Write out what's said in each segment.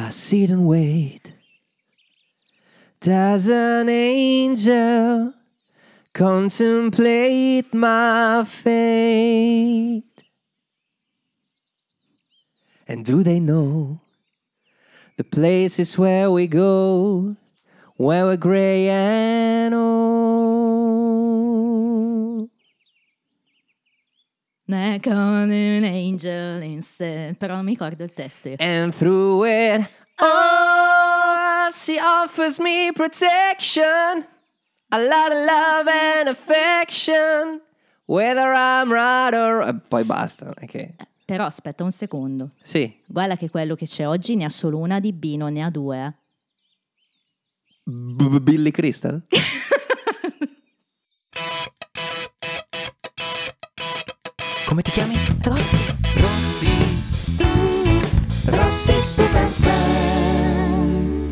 I sit and wait. Does an angel contemplate my fate? And do they know the places where we go when we're gray and old? Like on an angel instead. Però non mi ricordo il testo io. And through it all, she offers me protection, a lot of love and affection, whether I'm right or... Poi basta, ok. Però aspetta un secondo. Sì. Guarda che quello che c'è oggi ne ha solo una di B, non ne ha due. Billy Crystal? Come ti chiami? Rossi. Rossi Stupid Friends.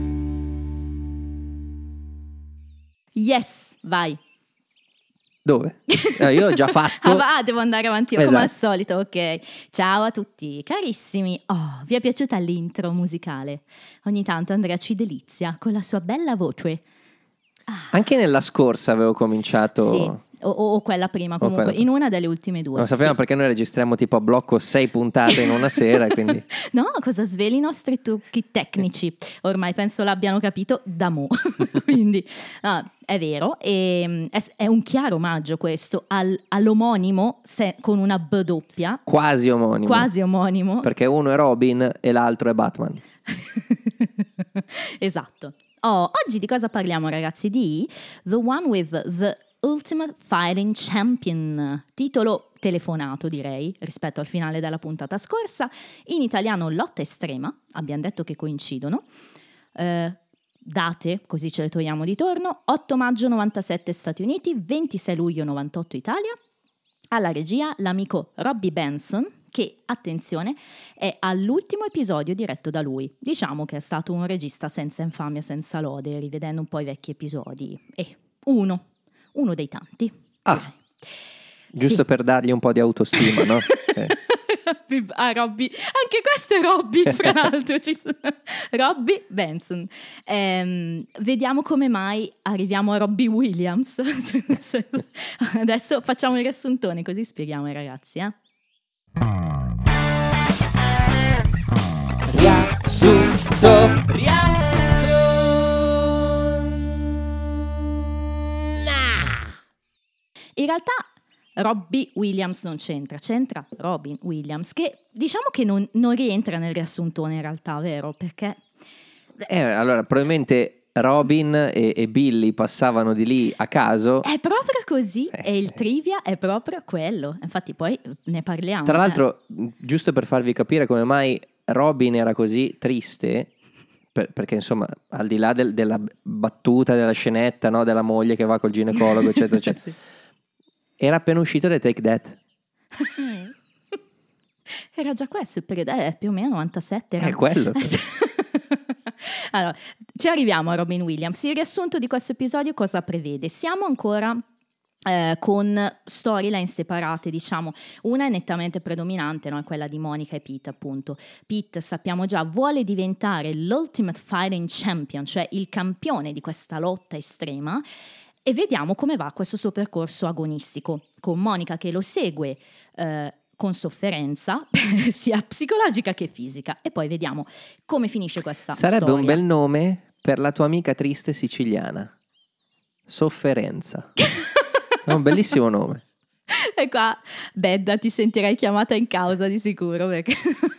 Yes, vai. Dove? Io ho già fatto. Devo andare avanti io come al solito, ok. Ciao a tutti, carissimi. Oh, vi è piaciuta l'intro musicale? Ogni tanto Andrea ci delizia con la sua bella voce. Anche nella scorsa avevo cominciato... Sì. O quella prima, comunque, in una delle ultime due. Non sappiamo perché noi registriamo tipo a blocco 6 puntate in una sera, quindi... No, cosa sveli i nostri trucchi tecnici? Ormai penso l'abbiano capito da mo'. Quindi, è vero, è un chiaro omaggio questo all'omonimo con una B doppia. Quasi omonimo. Perché uno è Robin e l'altro è Batman. Esatto. Oggi di cosa parliamo, ragazzi? Di The One with the Ultimate Fighting Champion, titolo telefonato direi rispetto al finale della puntata scorsa, in italiano Lotta Estrema, abbiamo detto che coincidono, date così ce le togliamo di torno, 8 maggio 97 Stati Uniti, 26 luglio 98 Italia, alla regia l'amico Robbie Benson, che, attenzione, è all'ultimo episodio diretto da lui. Diciamo che è stato un regista senza infamia, senza lode, rivedendo un po' i vecchi episodi, uno dei tanti. Giusto per dargli un po' di autostima, no? Robbie, anche questo è Robbie, fra l'altro. Robbie Benson. Vediamo come mai arriviamo a Robbie Williams. Adesso facciamo il riassuntone, così spieghiamo ai ragazzi. Riassunto. In realtà Robbie Williams non c'entra Robin Williams, che diciamo che non rientra nel riassuntone in realtà, vero? Perché... allora, probabilmente Robin e Billy passavano di lì a caso. È proprio così, e il trivia è proprio quello. Infatti poi ne parliamo. Tra l'altro, giusto per farvi capire come mai Robin era così triste... Perché insomma, al di là della battuta, della scenetta, no? Della moglie che va col ginecologo, eccetera, eccetera. Sì. Era appena uscito da Take That. Era già questo il periodo, più o meno 97. È quello. Allora, ci arriviamo a Robin Williams. Il riassunto di questo episodio cosa prevede? Siamo ancora con storyline separate, diciamo. Una è nettamente predominante, no? È quella di Monica e Pete, appunto. Pete, sappiamo già, vuole diventare l'Ultimate Fighting Champion, cioè il campione di questa lotta estrema, e vediamo come va questo suo percorso agonistico, con Monica che lo segue con sofferenza, sia psicologica che fisica, e poi vediamo come finisce questa Sarebbe storia. Un bel nome per la tua amica triste siciliana. Sofferenza. È un bellissimo nome. E qua, Bedda, ti sentirai chiamata in causa di sicuro, perché...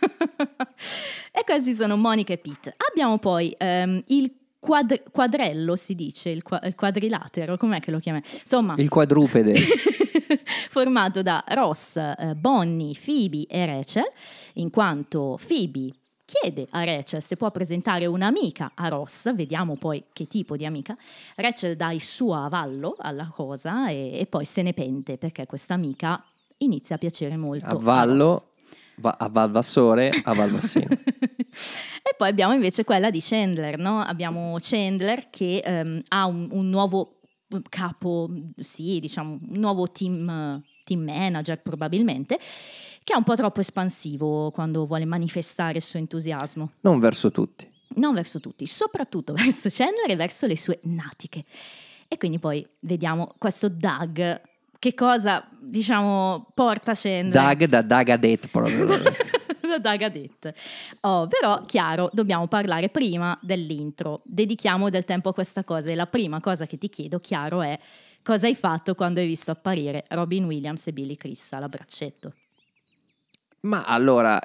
E questi sono Monica e Pete. Abbiamo poi il quadrello, si dice, il quadrilatero, com'è che lo chiami? Insomma, il quadrupede. Formato da Ross, Bonnie, Phoebe e Rachel, in quanto Phoebe chiede a Rachel se può presentare un'amica a Ross, vediamo poi che tipo di amica. Rachel dà il suo avallo alla cosa e poi se ne pente, perché questa amica inizia a piacere molto Avallo, a Valvassore, a Valvassino. E poi abbiamo invece quella di Chandler, no? Abbiamo Chandler che ha un nuovo capo, sì, diciamo, un nuovo team manager probabilmente, che è un po' troppo espansivo quando vuole manifestare il suo entusiasmo. Non verso tutti. Non verso tutti, soprattutto verso Chandler e verso le sue natiche. E quindi poi vediamo questo Doug, che cosa, diciamo, porta Chandler. Doug da Dagadet proprio. Da Dagadet. Però, chiaro, dobbiamo parlare prima dell'intro. Dedichiamo del tempo a questa cosa e la prima cosa che ti chiedo, chiaro, è cosa hai fatto quando hai visto apparire Robin Williams e Billy Crystal a braccetto? Ma allora,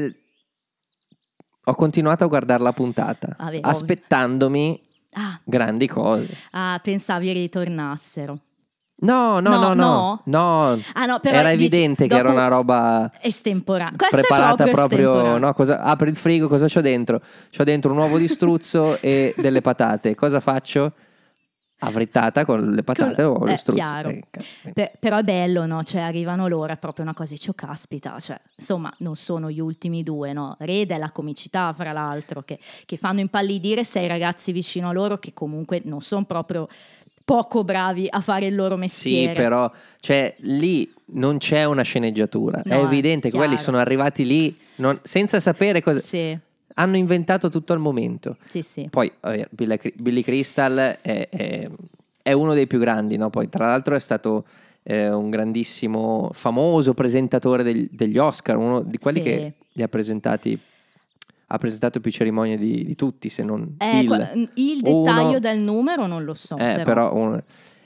ho continuato a guardare la puntata, aspettandomi grandi cose. Pensavi ritornassero. No. Ah, no, però era evidente che era una roba estemporanea. Preparata proprio, no? Apri il frigo, cosa c'ho dentro? C'ho dentro un uovo di struzzo e delle patate. Cosa faccio? Avrittata con le patate e l'uovo di struzzo. Chiaro. Però è bello, no? Cioè arrivano loro, è proprio una cosa, dice, caspita, cioè, insomma, non sono gli ultimi due, no? Rede è la comicità, fra l'altro, che fanno impallidire 6 ragazzi vicino a loro che comunque non sono proprio poco bravi a fare il loro mestiere. Sì, però cioè, lì non c'è una sceneggiatura. È evidente che quelli sono arrivati lì senza sapere cosa... Sì. Hanno inventato tutto al momento. Sì. Poi Billy Crystal è uno dei più grandi, no? Poi tra l'altro è stato un grandissimo, famoso presentatore degli Oscar, uno di quelli che li ha presentati... Ha presentato più cerimonie di tutti, se non il dettaglio del numero non lo so. Però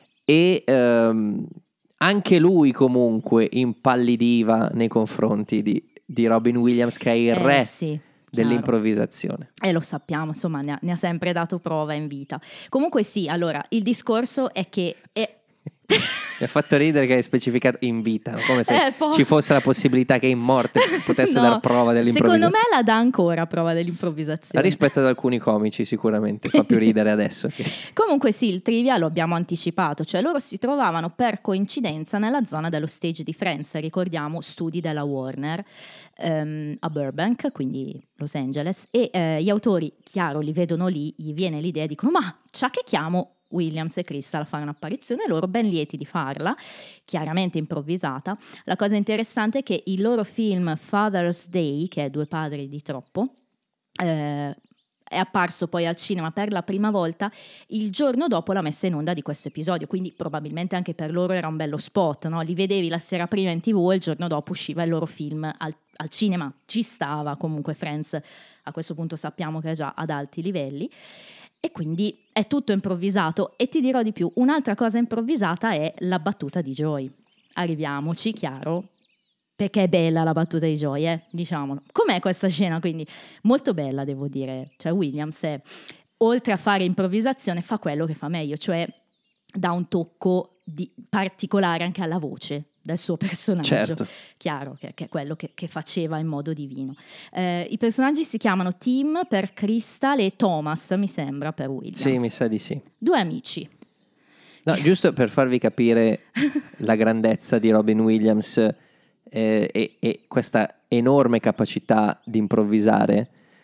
anche lui comunque impallidiva nei confronti di Robin Williams, che è il re dell'improvvisazione. E lo sappiamo, insomma, ne ha sempre dato prova in vita. Comunque sì, allora, il discorso è che... Mi ha fatto ridere che hai specificato in vita, come se ci fosse la possibilità che in morte potesse dar prova dell'improvvisazione. Secondo me la dà ancora prova dell'improvvisazione. Rispetto ad alcuni comici sicuramente fa più ridere adesso. Comunque sì, il trivia lo abbiamo anticipato, cioè loro si trovavano per coincidenza nella zona dello stage di Friends, ricordiamo studi della Warner a Burbank, quindi Los Angeles, e gli autori, chiaro, li vedono lì, gli viene l'idea, dicono ma ciò che chiamo Williams e Crystal a fare un'apparizione, loro ben lieti di farla, chiaramente improvvisata. La cosa interessante è che il loro film Father's Day, che è Due padri di troppo, è apparso poi al cinema per la prima volta il giorno dopo la messa in onda di questo episodio, quindi probabilmente anche per loro era un bello spot, no? Li vedevi la sera prima in TV e il giorno dopo usciva il loro film al cinema. Ci stava comunque Friends, a questo punto sappiamo che è già ad alti livelli. E quindi è tutto improvvisato, e ti dirò di più, un'altra cosa improvvisata è la battuta di Joy. Arriviamoci, chiaro, perché è bella la battuta di Joy, diciamolo. Com'è questa scena? Quindi molto bella, devo dire. Cioè Williams oltre a fare improvvisazione fa quello che fa meglio, cioè dà un tocco particolare anche alla voce del suo personaggio. Certo. Chiaro che è quello che faceva in modo divino. I personaggi si chiamano Tim per Crystal e Thomas, mi sembra, per Williams. Sì, mi sa di sì. 2 amici. No, giusto per farvi capire la grandezza di Robin Williams e questa enorme capacità di improvvisare.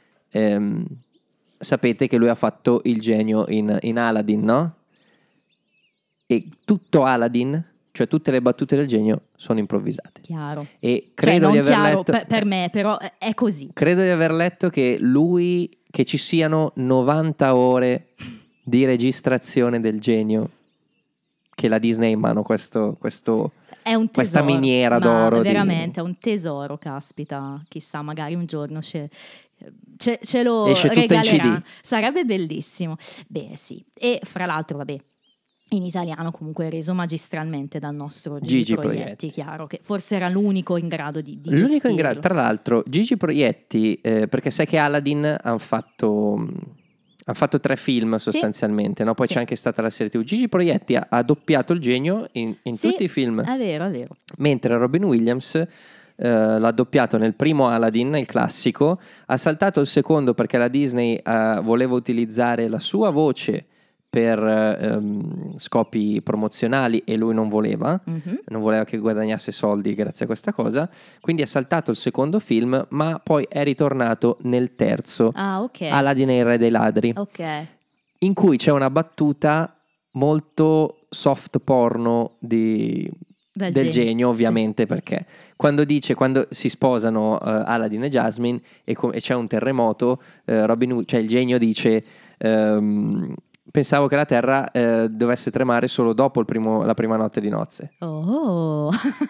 Sapete che lui ha fatto il genio in Aladdin, no? E tutto Aladdin, cioè tutte le battute del genio, sono improvvisate. Chiaro. E credo di aver letto per me, però è così. Credo di aver letto che ci siano 90 ore di registrazione del genio, che la Disney ha in mano questo è un tesoro, questa miniera d'oro. Veramente, è un tesoro, caspita. Chissà, magari un giorno ce lo esce tutto in CD. Sarebbe bellissimo. Beh, sì. E fra l'altro, vabbè, in italiano comunque reso magistralmente dal nostro Gigi Proietti, chiaro, che forse era l'unico in grado di l'unico in grado. Tra l'altro Gigi Proietti, perché sai che Aladdin hanno fatto 3 film sostanzialmente, no? Poi c'è anche stata la serie TV. Gigi Proietti ha doppiato il genio in tutti i film. È vero. Mentre Robin Williams l'ha doppiato nel primo Aladdin, il classico, ha saltato il secondo perché la Disney voleva utilizzare la sua voce per scopi promozionali e lui non voleva, non voleva che guadagnasse soldi grazie a questa cosa, quindi ha saltato il secondo film, ma poi è ritornato nel terzo, Aladdin e il re dei ladri, in cui c'è una battuta molto soft porno di del genio, ovviamente, perché quando si sposano Aladdin e Jasmine e c'è un terremoto, cioè il genio dice pensavo che la terra dovesse tremare solo dopo la prima notte di nozze. Oh,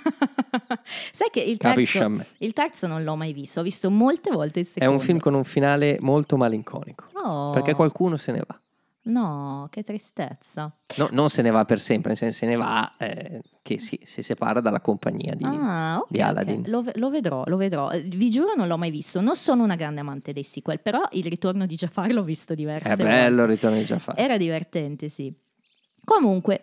sai che il terzo non l'ho mai visto, ho visto molte volte il secondo. È un film con un finale molto malinconico, perché qualcuno se ne va. No, che tristezza. No, non se ne va per sempre, nel senso se ne va che si separa dalla compagnia di Aladdin. Okay. Lo vedrò. Vi giuro non l'ho mai visto. Non sono una grande amante dei sequel, però il ritorno di Jafar l'ho visto diverse volte. È bello il ritorno di Jafar. Era divertente, sì. Comunque,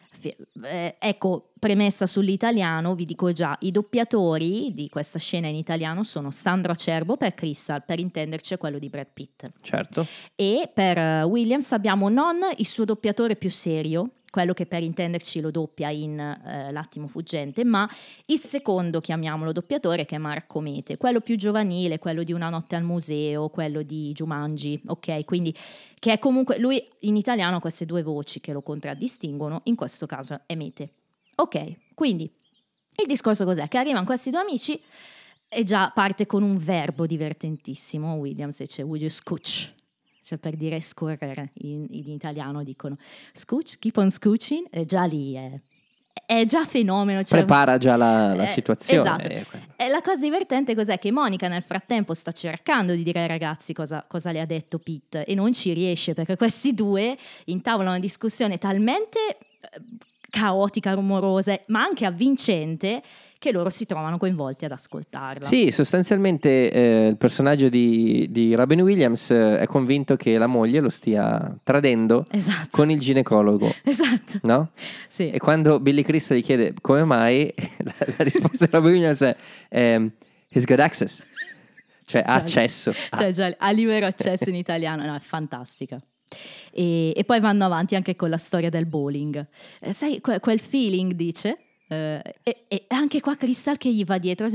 ecco, premessa sull'italiano, vi dico già, i doppiatori di questa scena in italiano sono Sandro Acerbo per Crystal, per intenderci è quello di Brad Pitt. Certo. E per Williams abbiamo non il suo doppiatore più serio, quello che per intenderci lo doppia in L'attimo fuggente, ma il secondo, chiamiamolo doppiatore, che è Marco Mete, quello più giovanile, quello di Una notte al museo, quello di Jumanji, ok? Quindi che è comunque, lui in italiano ha queste due voci che lo contraddistinguono, in questo caso è Mete. Ok, quindi il discorso cos'è? Che arrivano questi due amici e già parte con un verbo divertentissimo, Williams dice would you scooch? Cioè per dire scorrere, in italiano dicono scooch, keep on scooching, e già lì è già fenomeno. Cioè, prepara già la situazione. Esatto. E la cosa divertente cos'è? Che Monica nel frattempo sta cercando di dire ai ragazzi cosa le ha detto Pete e non ci riesce, perché questi due intavolano una discussione talmente caotica, rumorosa, ma anche avvincente, che loro si trovano coinvolti ad ascoltarla. Sì, sostanzialmente il personaggio di Robin Williams è convinto che la moglie lo stia tradendo con il ginecologo. Esatto. No? Sì. E quando Billy Crystal gli chiede come mai, la risposta di Robin Williams è he's got access. Cioè ha accesso. Cioè già ha libero accesso in italiano. No, è fantastica. E poi vanno avanti anche con la storia del bowling. Sai, quel feeling, dice... e anche qua Crystal che gli va dietro,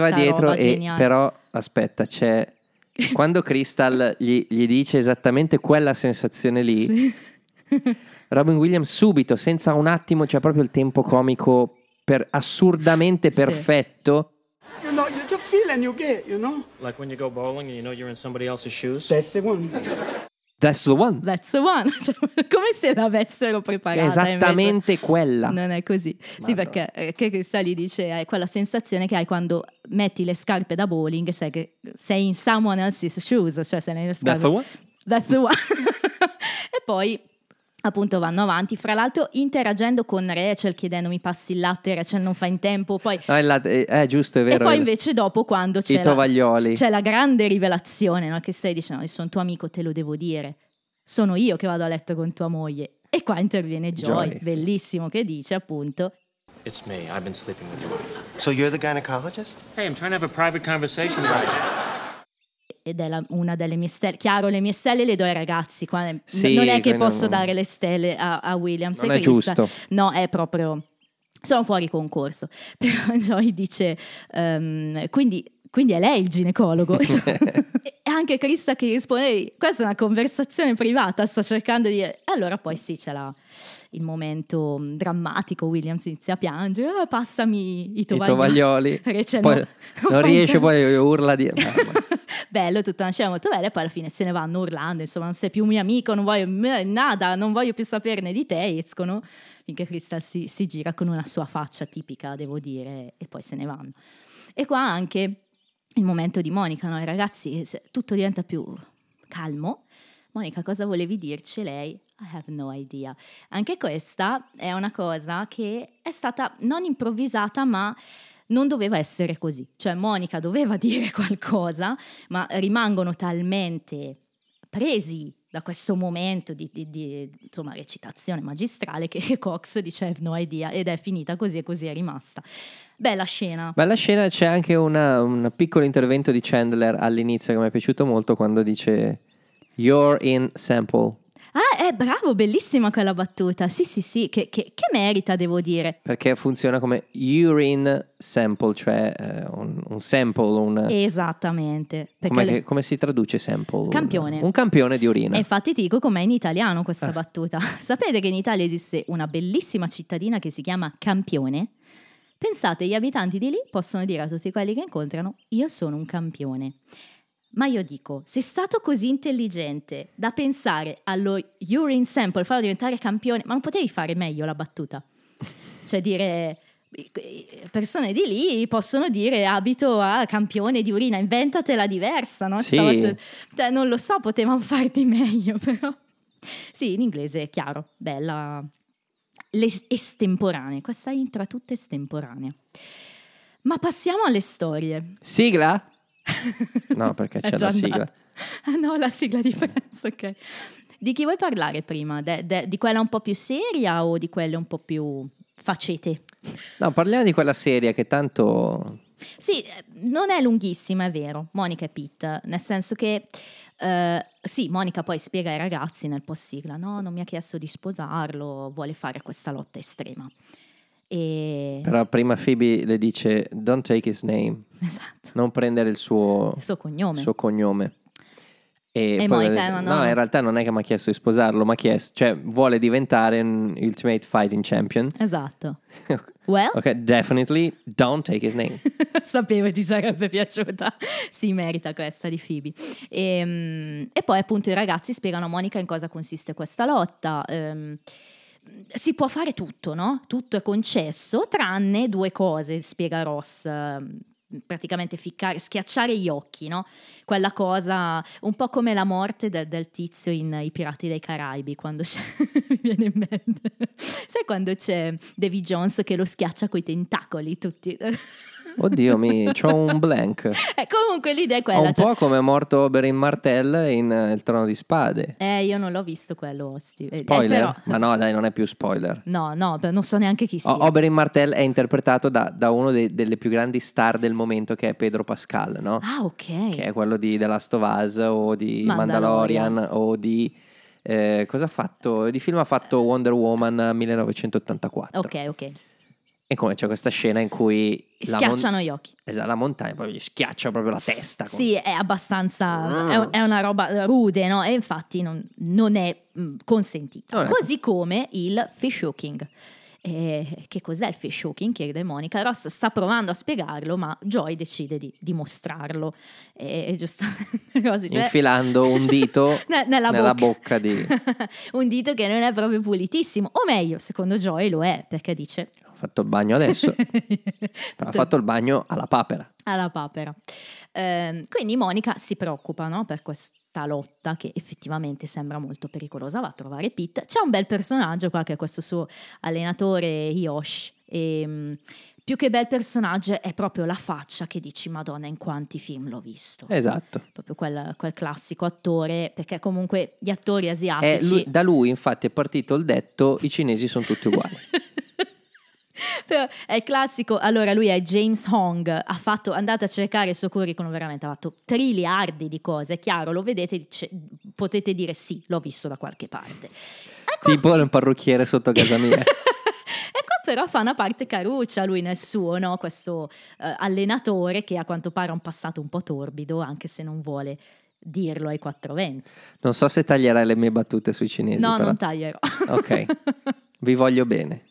però aspetta, c'è quando Crystal gli dice esattamente quella sensazione lì, sì. Robin Williams subito, senza un attimo, c'è proprio il tempo comico assurdamente perfetto. You know, you just feel and you get, you know? Like when you go bowling and you know you're in somebody else's shoes? That's the one. That's the one. That's the one. Cioè, come se l'avessero preparata. Esattamente invece quella. Non è così. Madonna. Sì, perché che Crystal dice è quella sensazione che hai quando metti le scarpe da bowling e sai che sei in someone else's shoes, cioè sei nelle scarpe. That's the one. That's the one. E poi appunto vanno avanti, fra l'altro interagendo con Rachel, chiedendo mi passi il latte, Rachel non fa in tempo, poi giusto, è vero. E poi invece dopo quando c'è tovaglioli, la grande rivelazione, no? Che stai dicendo, io sono tuo amico, te lo devo dire, sono io che vado a letto con tua moglie, e qua interviene Joy, bellissimo, che dice appunto It's me, I've been sleeping with your wife. So you're the gynecologist? Hey, I'm trying to have a private conversation about it. Ed è una delle mie stelle. Chiaro, le mie stelle le do ai ragazzi qua. Sì, non è che posso dare le stelle a Williams. Non è giusto. No, è proprio... Sono fuori concorso. Però Joy dice... quindi è lei il ginecologo. E anche Crista che risponde, questa è una conversazione privata, sto cercando di... Allora poi sì, c'è il momento drammatico, Williams inizia a piangere, passami i tovaglioli. Poi non riesce, poi urla di... Bello, tutta una scena molto bella, e poi alla fine se ne vanno urlando, insomma, non sei più mio amico, non voglio nada, non voglio più saperne di te, escono, finché Crystal si gira con una sua faccia tipica, devo dire, e poi se ne vanno. E qua anche il momento di Monica, no? I ragazzi, tutto diventa più calmo. Monica, cosa volevi dirci? Lei, I have no idea. Anche questa è una cosa che è stata non improvvisata, ma non doveva essere così. Cioè Monica doveva dire qualcosa, ma rimangono talmente presi da questo momento di insomma, recitazione magistrale che Cox dice I have no idea, ed è finita così e così è rimasta. Bella scena. Bella scena, c'è anche un piccolo intervento di Chandler all'inizio che mi è piaciuto molto, quando dice You're in sample. Ah, è bravo, bellissima quella battuta. Sì, che merita, devo dire. Perché funziona come urine sample, cioè un sample. Esattamente. Come si traduce sample? Campione. Un campione di urina. E infatti ti dico com'è in italiano questa battuta. Sapete che in Italia esiste una bellissima cittadina che si chiama Campione? Pensate, gli abitanti di lì possono dire a tutti quelli che incontrano: io sono un campione. Ma io dico, sei stato così intelligente da pensare allo urine sample, farlo diventare campione, ma non potevi fare meglio la battuta? Cioè dire, persone di lì possono dire abito a campione di urina, inventatela diversa, no? Sì. Cioè, non lo so, potevamo farti meglio, però. Sì, in inglese è chiaro, bella, estemporanee, questa intro è tutta estemporanea. Ma passiamo alle storie. Sigla? No, perché È c'è già la sigla. andata. Ah no, la sigla di Friends, ok. Di chi vuoi parlare prima? Di quella un po' più seria o di quelle un po' più facete? No, parliamo di quella serie che tanto... Sì, non è lunghissima, è vero, Monica e Pete, nel senso che sì, Monica poi spiega ai ragazzi nel post sigla, no, non mi ha chiesto di sposarlo, vuole fare questa lotta estrema. E... Però prima Phoebe le dice don't take his name, Esatto. non prendere il suo cognome. E poi Monica, dice, ma no, in realtà non è che mi ha chiesto di sposarlo, ma ha chiesto, cioè vuole diventare un Ultimate Fighting Champion. Esatto. Well, Ok, definitely don't take his name. sapevo ti sarebbe piaciuta. Si merita questa di Phoebe. E poi appunto i ragazzi spiegano a Monica in cosa consiste questa lotta. Si può fare tutto, no? Tutto è concesso, tranne due cose, spiega Ross. Praticamente schiacciare gli occhi, no? Quella cosa un po' come la morte del tizio in I Pirati dei Caraibi, quando c'è mi viene in mente, sai quando c'è Davy Jones che lo schiaccia coi tentacoli tutti. Oddio, c'ho un blank. Comunque l'idea è quella, Un po' come è morto Oberyn Martell in Il Trono di Spade. io non l'ho visto quello, Steve. Spoiler? Però... Ma no, dai, non è più spoiler. No, non so neanche chi sia. Oberyn Martell è interpretato da uno delle più grandi star del momento, che è Pedro Pascal, no? Ah, ok. Che è quello di The Last of Us o di Mandalorian. Mandalorian o di... cosa ha fatto? Di film ha fatto Wonder Woman 1984. Ok. E come c'è questa scena in cui... Schiacciano gli occhi. Esatto, la montagna proprio gli schiaccia proprio la testa. Sì, è abbastanza... È una roba rude, no? E infatti non è consentita. Non è Così come il fish hooking. Che cos'è il fish hooking? Chiede Monica. Ross sta provando a spiegarlo, ma Joy decide di dimostrarlo. E giustamente così. Cioè... Infilando un dito nella bocca di... un dito che non è proprio pulitissimo. O meglio, secondo Joy lo è, perché dice... Ho fatto il bagno adesso. Ha fatto il bagno alla papera. Alla papera. Quindi Monica si preoccupa, no, per questa lotta che effettivamente sembra molto pericolosa. Va a trovare Pete. C'è un bel personaggio qua che è questo suo allenatore Yosh. E più che bel personaggio è proprio la faccia che dici Madonna, in quanti film l'ho visto. Esatto. Proprio quel classico attore, perché comunque gli attori asiatici... Da lui infatti è partito il detto i cinesi sono tutti uguali. Però è il classico. Allora lui è James Hong, andate a cercare il suo curriculum, veramente ha fatto triliardi di cose, è chiaro, lo vedete, potete dire sì, l'ho visto da qualche parte. Tipo un parrucchiere sotto casa mia. E qua però fa una parte caruccia lui nel suo, no? Questo allenatore che a quanto pare ha un passato un po' torbido, anche se non vuole dirlo ai 420. Non so se taglierai le mie battute sui cinesi. No, però. non taglierò. Ok, vi voglio bene.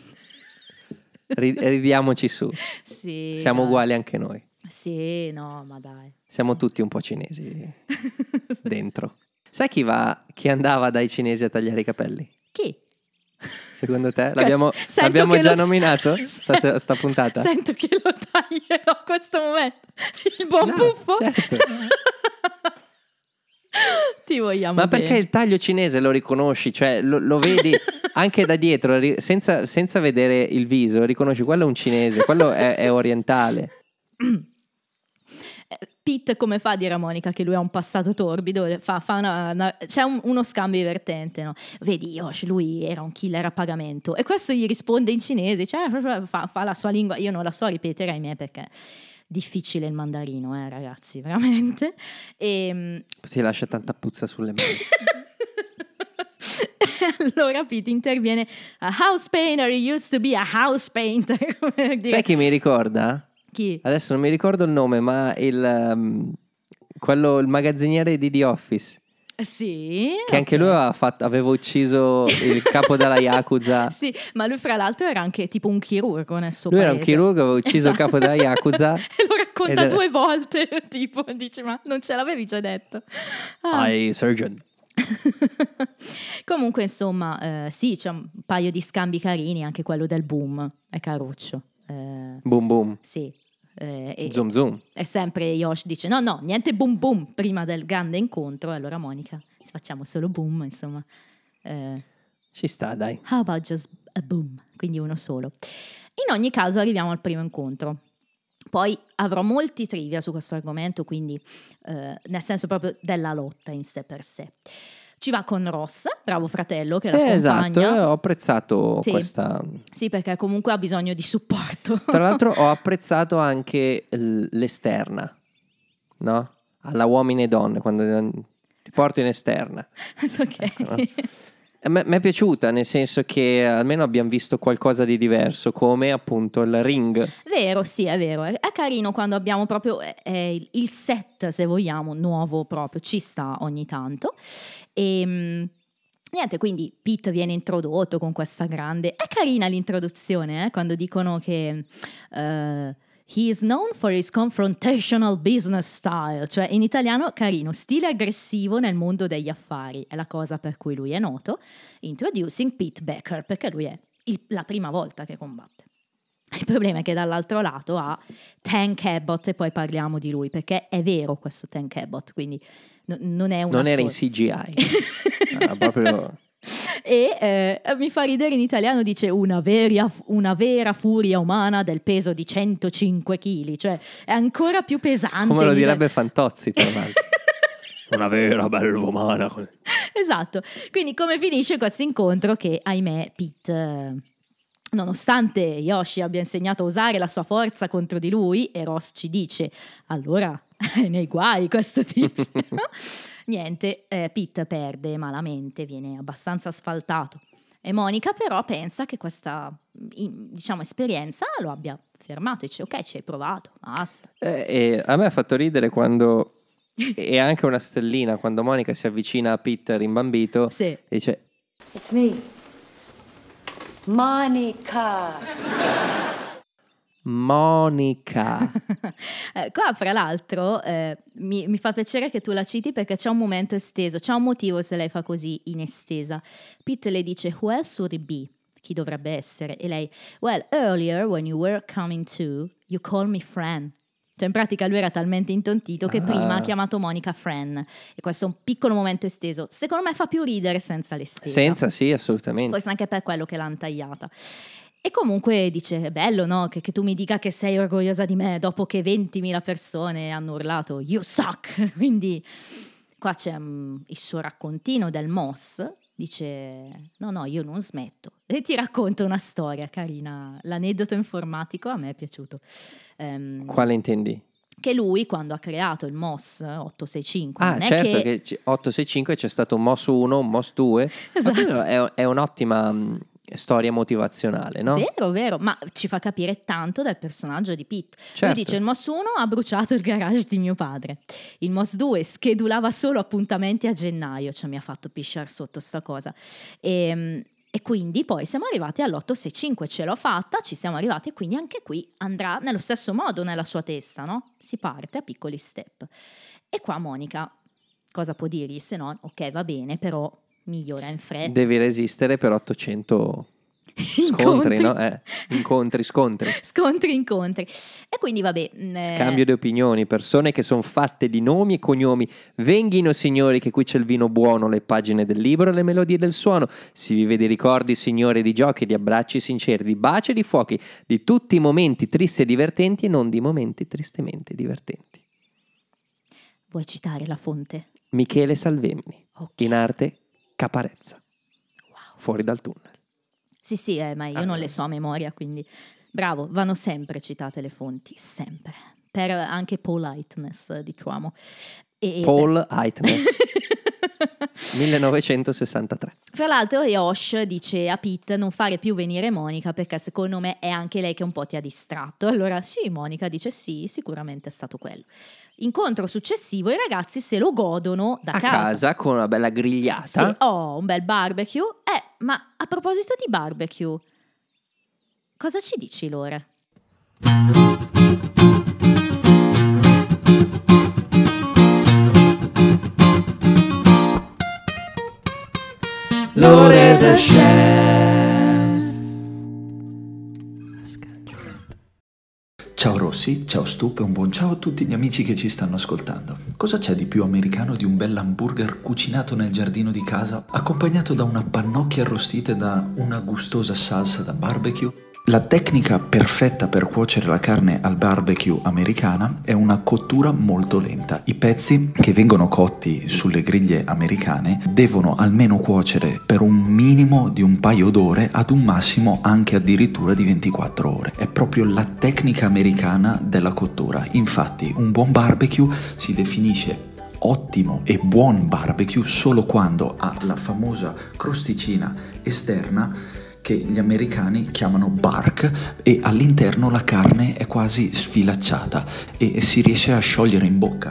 Ridiamoci su. Sì, siamo dai. uguali anche noi. Sì, no, ma dai. Siamo tutti un po' cinesi dentro. Sai chi andava dai cinesi a tagliare i capelli? Chi? Secondo te? L'abbiamo già nominato? Sta puntata? Sento che lo taglierò a questo momento. Il buon Puffo? Certo. Ti vogliamo Ma bene. perché il taglio cinese lo riconosci? Cioè lo vedi anche da dietro, senza vedere il viso, riconosci quello è un cinese, quello è orientale. Pete come fa a dire a Monica che lui ha un passato torbido? C'è uno scambio divertente, no? Vedi, Yosh, lui era un killer a pagamento e questo gli risponde in cinese, cioè fa la sua lingua, io non la so ripetere ahimè perché difficile il mandarino, ragazzi, veramente. Si lascia tanta puzza sulle mani. Allora Pete interviene, a house painter used to be a house painter. Sai chi mi ricorda? Chi? Adesso non mi ricordo il nome, ma il magazziniere di The Office. Sì. Che anche lui aveva ucciso il capo della Yakuza. Sì, ma lui fra l'altro era anche tipo un chirurgo nel suo Lui paese. era un chirurgo, aveva ucciso il capo della Yakuza. E lo racconta ed è- 2 volte, tipo, dice, ma non ce l'avevi già detto? Ah. I surgeon. Comunque, insomma, sì, c'è un paio di scambi carini, anche quello del boom, è caruccio. Boom boom. Sì. E Zoom zoom. e sempre Yosh dice, no, niente boom boom prima del grande incontro, e allora Monica, facciamo solo boom, insomma. Ci sta, dai. How about just a boom? Quindi uno solo. In ogni caso arriviamo al primo incontro. Poi avrò molti trivia su questo argomento, quindi nel senso proprio della lotta in sé per sé. Ci va con Ross, bravo fratello che l'accompagna. Esatto, ho apprezzato Sì. questa. Sì, perché comunque ha bisogno di supporto. Tra l'altro ho apprezzato anche l'esterna, no? Alla uomini e donne, quando ti porto in esterna. Ok. Ecco, no? Mi è piaciuta, nel senso che almeno abbiamo visto qualcosa di diverso, come appunto il ring. Vero, sì, è vero. È carino quando abbiamo proprio il set, se vogliamo, nuovo proprio, ci sta ogni tanto. E niente, quindi Pete viene introdotto con questa grande... È carina l'introduzione, quando dicono che... he is known for his confrontational business style, cioè in italiano carino, stile aggressivo nel mondo degli affari, è la cosa per cui lui è noto, introducing Pete Becker, perché lui è la prima volta che combatte. Il problema è che dall'altro lato ha Tank Abbott, e poi parliamo di lui, perché è vero questo Tank Abbott, quindi non è un Non era in attore. CGI. Era proprio... E mi fa ridere, in italiano dice una vera furia umana del peso di 105 kg, cioè è ancora più pesante. Come lo direbbe Fantozzi, tra l'altro. Una vera bella umana. Esatto, quindi come finisce questo incontro che, ahimè, Pete, nonostante Yoshi abbia insegnato a usare la sua forza contro di lui, e Ross ci dice, allora è nei guai questo tizio. Niente, Pete perde malamente, viene abbastanza asfaltato. E Monica però pensa che questa, diciamo, esperienza lo abbia fermato e dice, ok, ci hai provato, basta. E a me ha fatto ridere quando... E anche una stellina, quando Monica si avvicina a Pete rimbambito, Sì. e dice... It's me, Monica. Monica. Qua fra l'altro mi fa piacere che tu la citi, perché c'è un momento esteso, c'è un motivo se lei fa così in estesa. Pete le dice who else would it be? Chi dovrebbe essere? E lei, well, earlier when you were coming to, you called me Fran. Cioè in pratica lui era talmente intontito che prima ha chiamato Monica Fran, e questo è un piccolo momento esteso, secondo me fa più ridere senza l'estesa. Senza, sì, assolutamente. Forse anche per quello che l'hanno tagliata. E comunque dice, è bello, no? Che tu mi dica che sei orgogliosa di me dopo che 20.000 persone hanno urlato you suck. Quindi qua c'è il suo raccontino del Moss. Dice, no, io non smetto. E ti racconto una storia carina. L'aneddoto informatico a me è piaciuto. Quale intendi? Che lui, quando ha creato il Moss 865... Ah, non è certo che... 865 c'è stato un Moss 1, un Moss 2. Esatto. Ma quello è un'ottima storia motivazionale, no? Vero, ma ci fa capire tanto del personaggio di Pete. Certo. Lui dice, il Moss 1 ha bruciato il garage di mio padre, il Moss 2 schedulava solo appuntamenti a gennaio, cioè mi ha fatto pisciare sotto sta cosa, e quindi poi siamo arrivati all'865, ce l'ho fatta, ci siamo arrivati, e quindi anche qui andrà nello stesso modo nella sua testa, no? Si parte a piccoli step. E qua Monica cosa può dirgli se no, ok, va bene, però migliora in fretta. Devi resistere per 800 scontri, no? Incontri. Incontri. E quindi vabbè. Scambio di opinioni, persone che sono fatte di nomi e cognomi. Venghino signori, che qui c'è il vino buono, le pagine del libro e le melodie del suono. Si vive di ricordi, signore, di giochi, di abbracci sinceri, di baci e di fuochi, di tutti i momenti tristi e divertenti e non di momenti tristemente divertenti. Vuoi citare la fonte? Michele Salvemini, Ok. in arte Caparezza. Wow. Fuori dal tunnel. Sì, ma io non le so a memoria, quindi bravo, vanno sempre citate le fonti, sempre. Per anche politeness, diciamo. Paul Heitness, 1963. Tra l'altro Josh dice a Pete non fare più venire Monica perché secondo me è anche lei che un po' ti ha distratto. Allora sì, Monica dice sì, sicuramente è stato quello. Incontro successivo, i ragazzi se lo godono da A casa con una bella grigliata. Sì, un bel barbecue. Ma a proposito di barbecue, cosa ci dici, Lore? Lore the Chef. Ciao Rossi, ciao Stup e un buon ciao a tutti gli amici che ci stanno ascoltando. Cosa c'è di più americano di un bel hamburger cucinato nel giardino di casa, accompagnato da una pannocchia arrostita e da una gustosa salsa da barbecue? La tecnica perfetta per cuocere la carne al barbecue americana è una cottura molto lenta. I pezzi che vengono cotti sulle griglie americane devono almeno cuocere per un minimo di un paio d'ore, ad un massimo anche addirittura di 24 ore. È proprio la tecnica americana della cottura. Infatti, un buon barbecue si definisce ottimo e buon barbecue solo quando ha la famosa crosticina esterna che gli americani chiamano bark, e all'interno la carne è quasi sfilacciata e si riesce a sciogliere in bocca.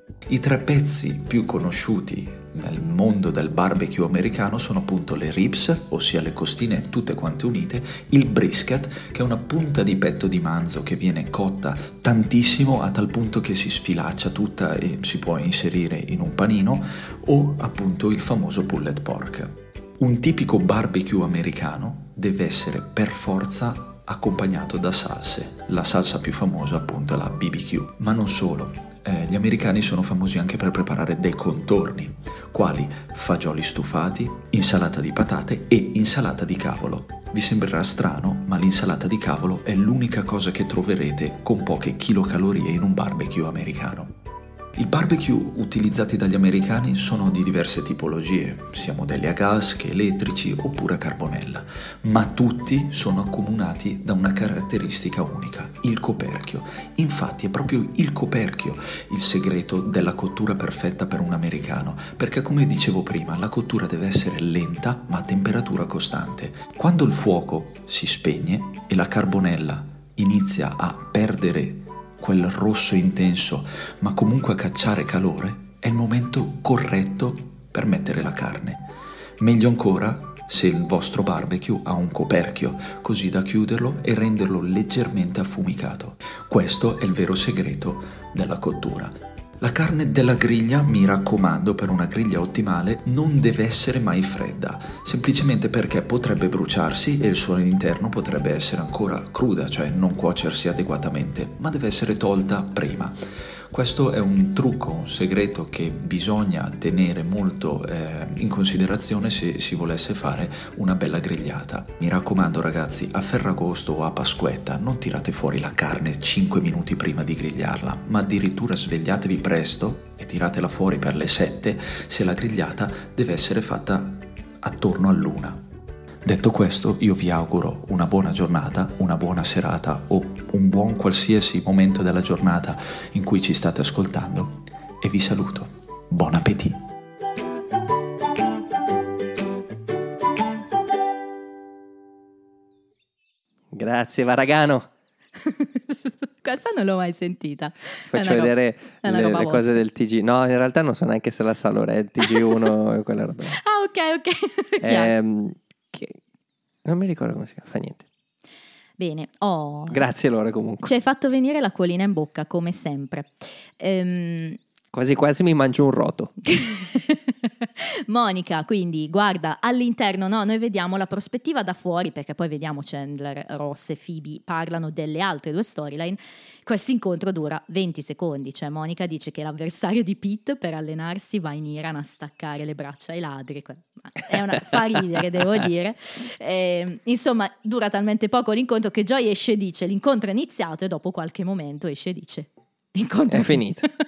I 3 pezzi più conosciuti nel mondo del barbecue americano sono appunto le ribs, ossia le costine tutte quante unite, il brisket, che è una punta di petto di manzo che viene cotta tantissimo a tal punto che si sfilaccia tutta e si può inserire in un panino, o appunto il famoso pulled pork. Un tipico barbecue americano deve essere per forza accompagnato da salse. La salsa più famosa appunto è la BBQ, ma non solo. Gli americani sono famosi anche per preparare dei contorni, quali fagioli stufati, insalata di patate e insalata di cavolo. Vi sembrerà strano, ma l'insalata di cavolo è l'unica cosa che troverete con poche chilocalorie in un barbecue americano. I barbecue utilizzati dagli americani sono di diverse tipologie, sia modelli a gas che elettrici oppure a carbonella, ma tutti sono accomunati da una caratteristica unica, il coperchio. Infatti è proprio il coperchio il segreto della cottura perfetta per un americano, perché come dicevo prima, la cottura deve essere lenta ma a temperatura costante. Quando il fuoco si spegne e la carbonella inizia a perdere quel rosso intenso, ma comunque a cacciare calore, è il momento corretto per mettere la carne. Meglio ancora se il vostro barbecue ha un coperchio, così da chiuderlo e renderlo leggermente affumicato. Questo è il vero segreto della cottura. La carne della griglia, mi raccomando, per una griglia ottimale non deve essere mai fredda, semplicemente perché potrebbe bruciarsi e il suo interno potrebbe essere ancora cruda, cioè non cuocersi adeguatamente, ma deve essere tolta prima. Questo è un trucco, un segreto che bisogna tenere molto in considerazione se si volesse fare una bella grigliata. Mi raccomando ragazzi, a Ferragosto o a Pasquetta non tirate fuori la carne 5 minuti prima di grigliarla, ma addirittura svegliatevi presto e tiratela fuori per le 7 se la grigliata deve essere fatta attorno all'1. Detto questo, io vi auguro una buona giornata, una buona serata o un buon qualsiasi momento della giornata in cui ci state ascoltando e vi saluto. Buon appetito! Grazie Varagano. Questa non l'ho mai sentita. Faccio vedere le cose del TG. No, in realtà non so neanche se la sa Lore, è il TG1 e quella roba. Ah, ok. Non mi ricordo come si chiama, fa niente. Bene, Grazie Lore comunque. ci hai fatto venire l'acquolina in bocca, come sempre. Quasi quasi mi mangio un roto. Monica, quindi guarda all'interno, no? Noi vediamo la prospettiva da fuori, perché poi vediamo Chandler, Ross e Phoebe parlano delle altre 2 storyline. Questo incontro dura 20 secondi, cioè Monica dice che l'avversario di Pete per allenarsi va in Iran a staccare le braccia ai ladri. Fa ridere, devo dire. Insomma, dura talmente poco l'incontro che Joy esce e dice l'incontro è iniziato, e dopo qualche momento esce e dice l'incontro è finito.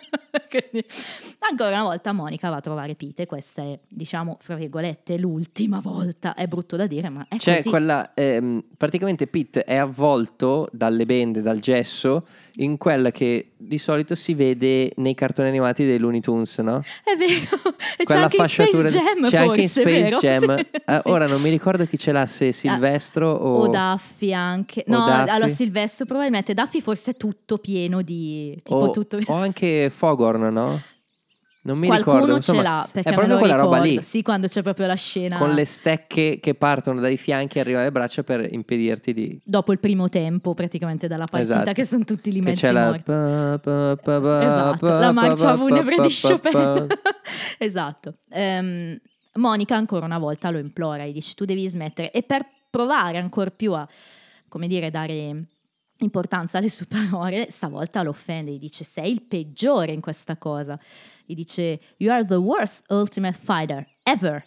Quindi, ancora una volta Monica va a trovare Pete, questa è, diciamo, fra virgolette, l'ultima volta, è brutto da dire, ma è C'è così. quella, praticamente Pete è avvolto dalle bende, dal gesso, in quella che di solito si vede nei cartoni animati dei Looney Tunes, no? È vero, e c'è Quella anche in Space Jam, c'è anche in forse, Space vero? Jam. Sì. Ora non mi ricordo chi ce l'ha, se Silvestro O Daffy anche. o No, Daffy. allora Silvestro probabilmente. Daffy forse è tutto pieno di... tipo tutto... o anche Foghorn, no? Non mi Qualcuno ricordo. Insomma, ce l'ha, perché è me proprio lo quella ricordo. roba lì, Sì, quando c'è proprio la scena... con le stecche che partono dai fianchi e arrivano alle braccia per impedirti di... Dopo il primo tempo, praticamente, dalla partita, Esatto. che sono tutti lì Che mezzi c'è la... morti. Esatto, la marcia funebre di Chopin. Esatto. Monica ancora una volta lo implora, gli dice tu devi smettere, e per provare ancora più a, come dire, dare importanza alle sue parole, stavolta lo offende, gli dice sei il peggiore in questa cosa, gli dice you are the worst ultimate fighter ever,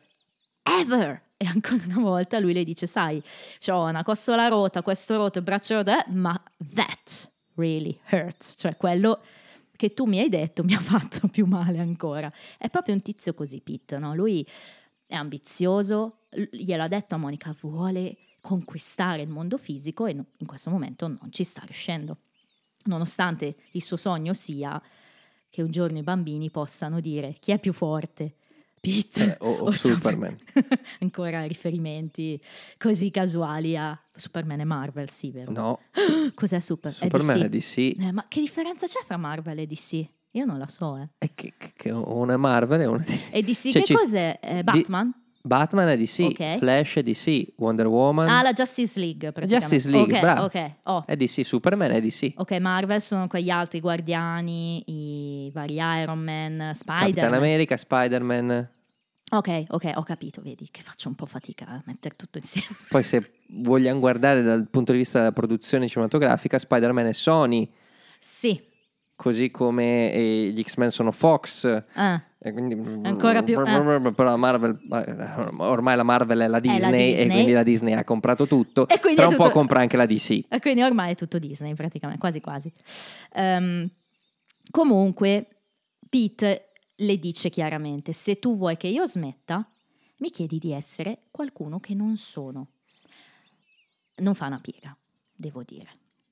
e ancora una volta lui le dice sai, c'ho una costola rota, questo rotto, il braccio rotto, ma that really hurts, cioè quello che tu mi hai detto mi ha fatto più male ancora. È proprio un tizio così, Pete, no? Lui è ambizioso, gliel'ha detto a Monica, vuole conquistare il mondo fisico e in questo momento non ci sta riuscendo, nonostante il suo sogno sia che un giorno i bambini possano dire chi è più forte, Pete o Superman. Ancora riferimenti così casuali a Superman e Marvel, sì, vero? No, Cos'è Superman è DC. Ma che differenza c'è fra Marvel e DC? Io non la so, È che una è Marvel e una è E DC Cioè, che cos'è? Batman? Batman è DC, Ok. Flash è DC, Wonder Woman Ah, la Justice League, praticamente. Justice League, Ok, bravo. ok. Oh. è DC, Superman è DC. Ok, Marvel sono quegli altri guardiani, i vari Iron Man, Capitan Spider-Man. America, Spider-Man. Ok, ho capito, vedi che faccio un po' fatica a mettere tutto insieme. Poi se vogliamo guardare dal punto di vista della produzione cinematografica, Spider-Man è Sony, Sì. così come gli X-Men sono Fox. E quindi, Ancora più, però Marvel, ormai la Marvel è la Disney, e Disney. quindi la Disney ha comprato tutto. E quindi Tra è un po' tutto- compra anche la DC. E quindi ormai è tutto Disney, praticamente, quasi quasi. Comunque, Pete le dice chiaramente, se tu vuoi che io smetta, mi chiedi di essere qualcuno che non sono. Non fa una piega, devo dire.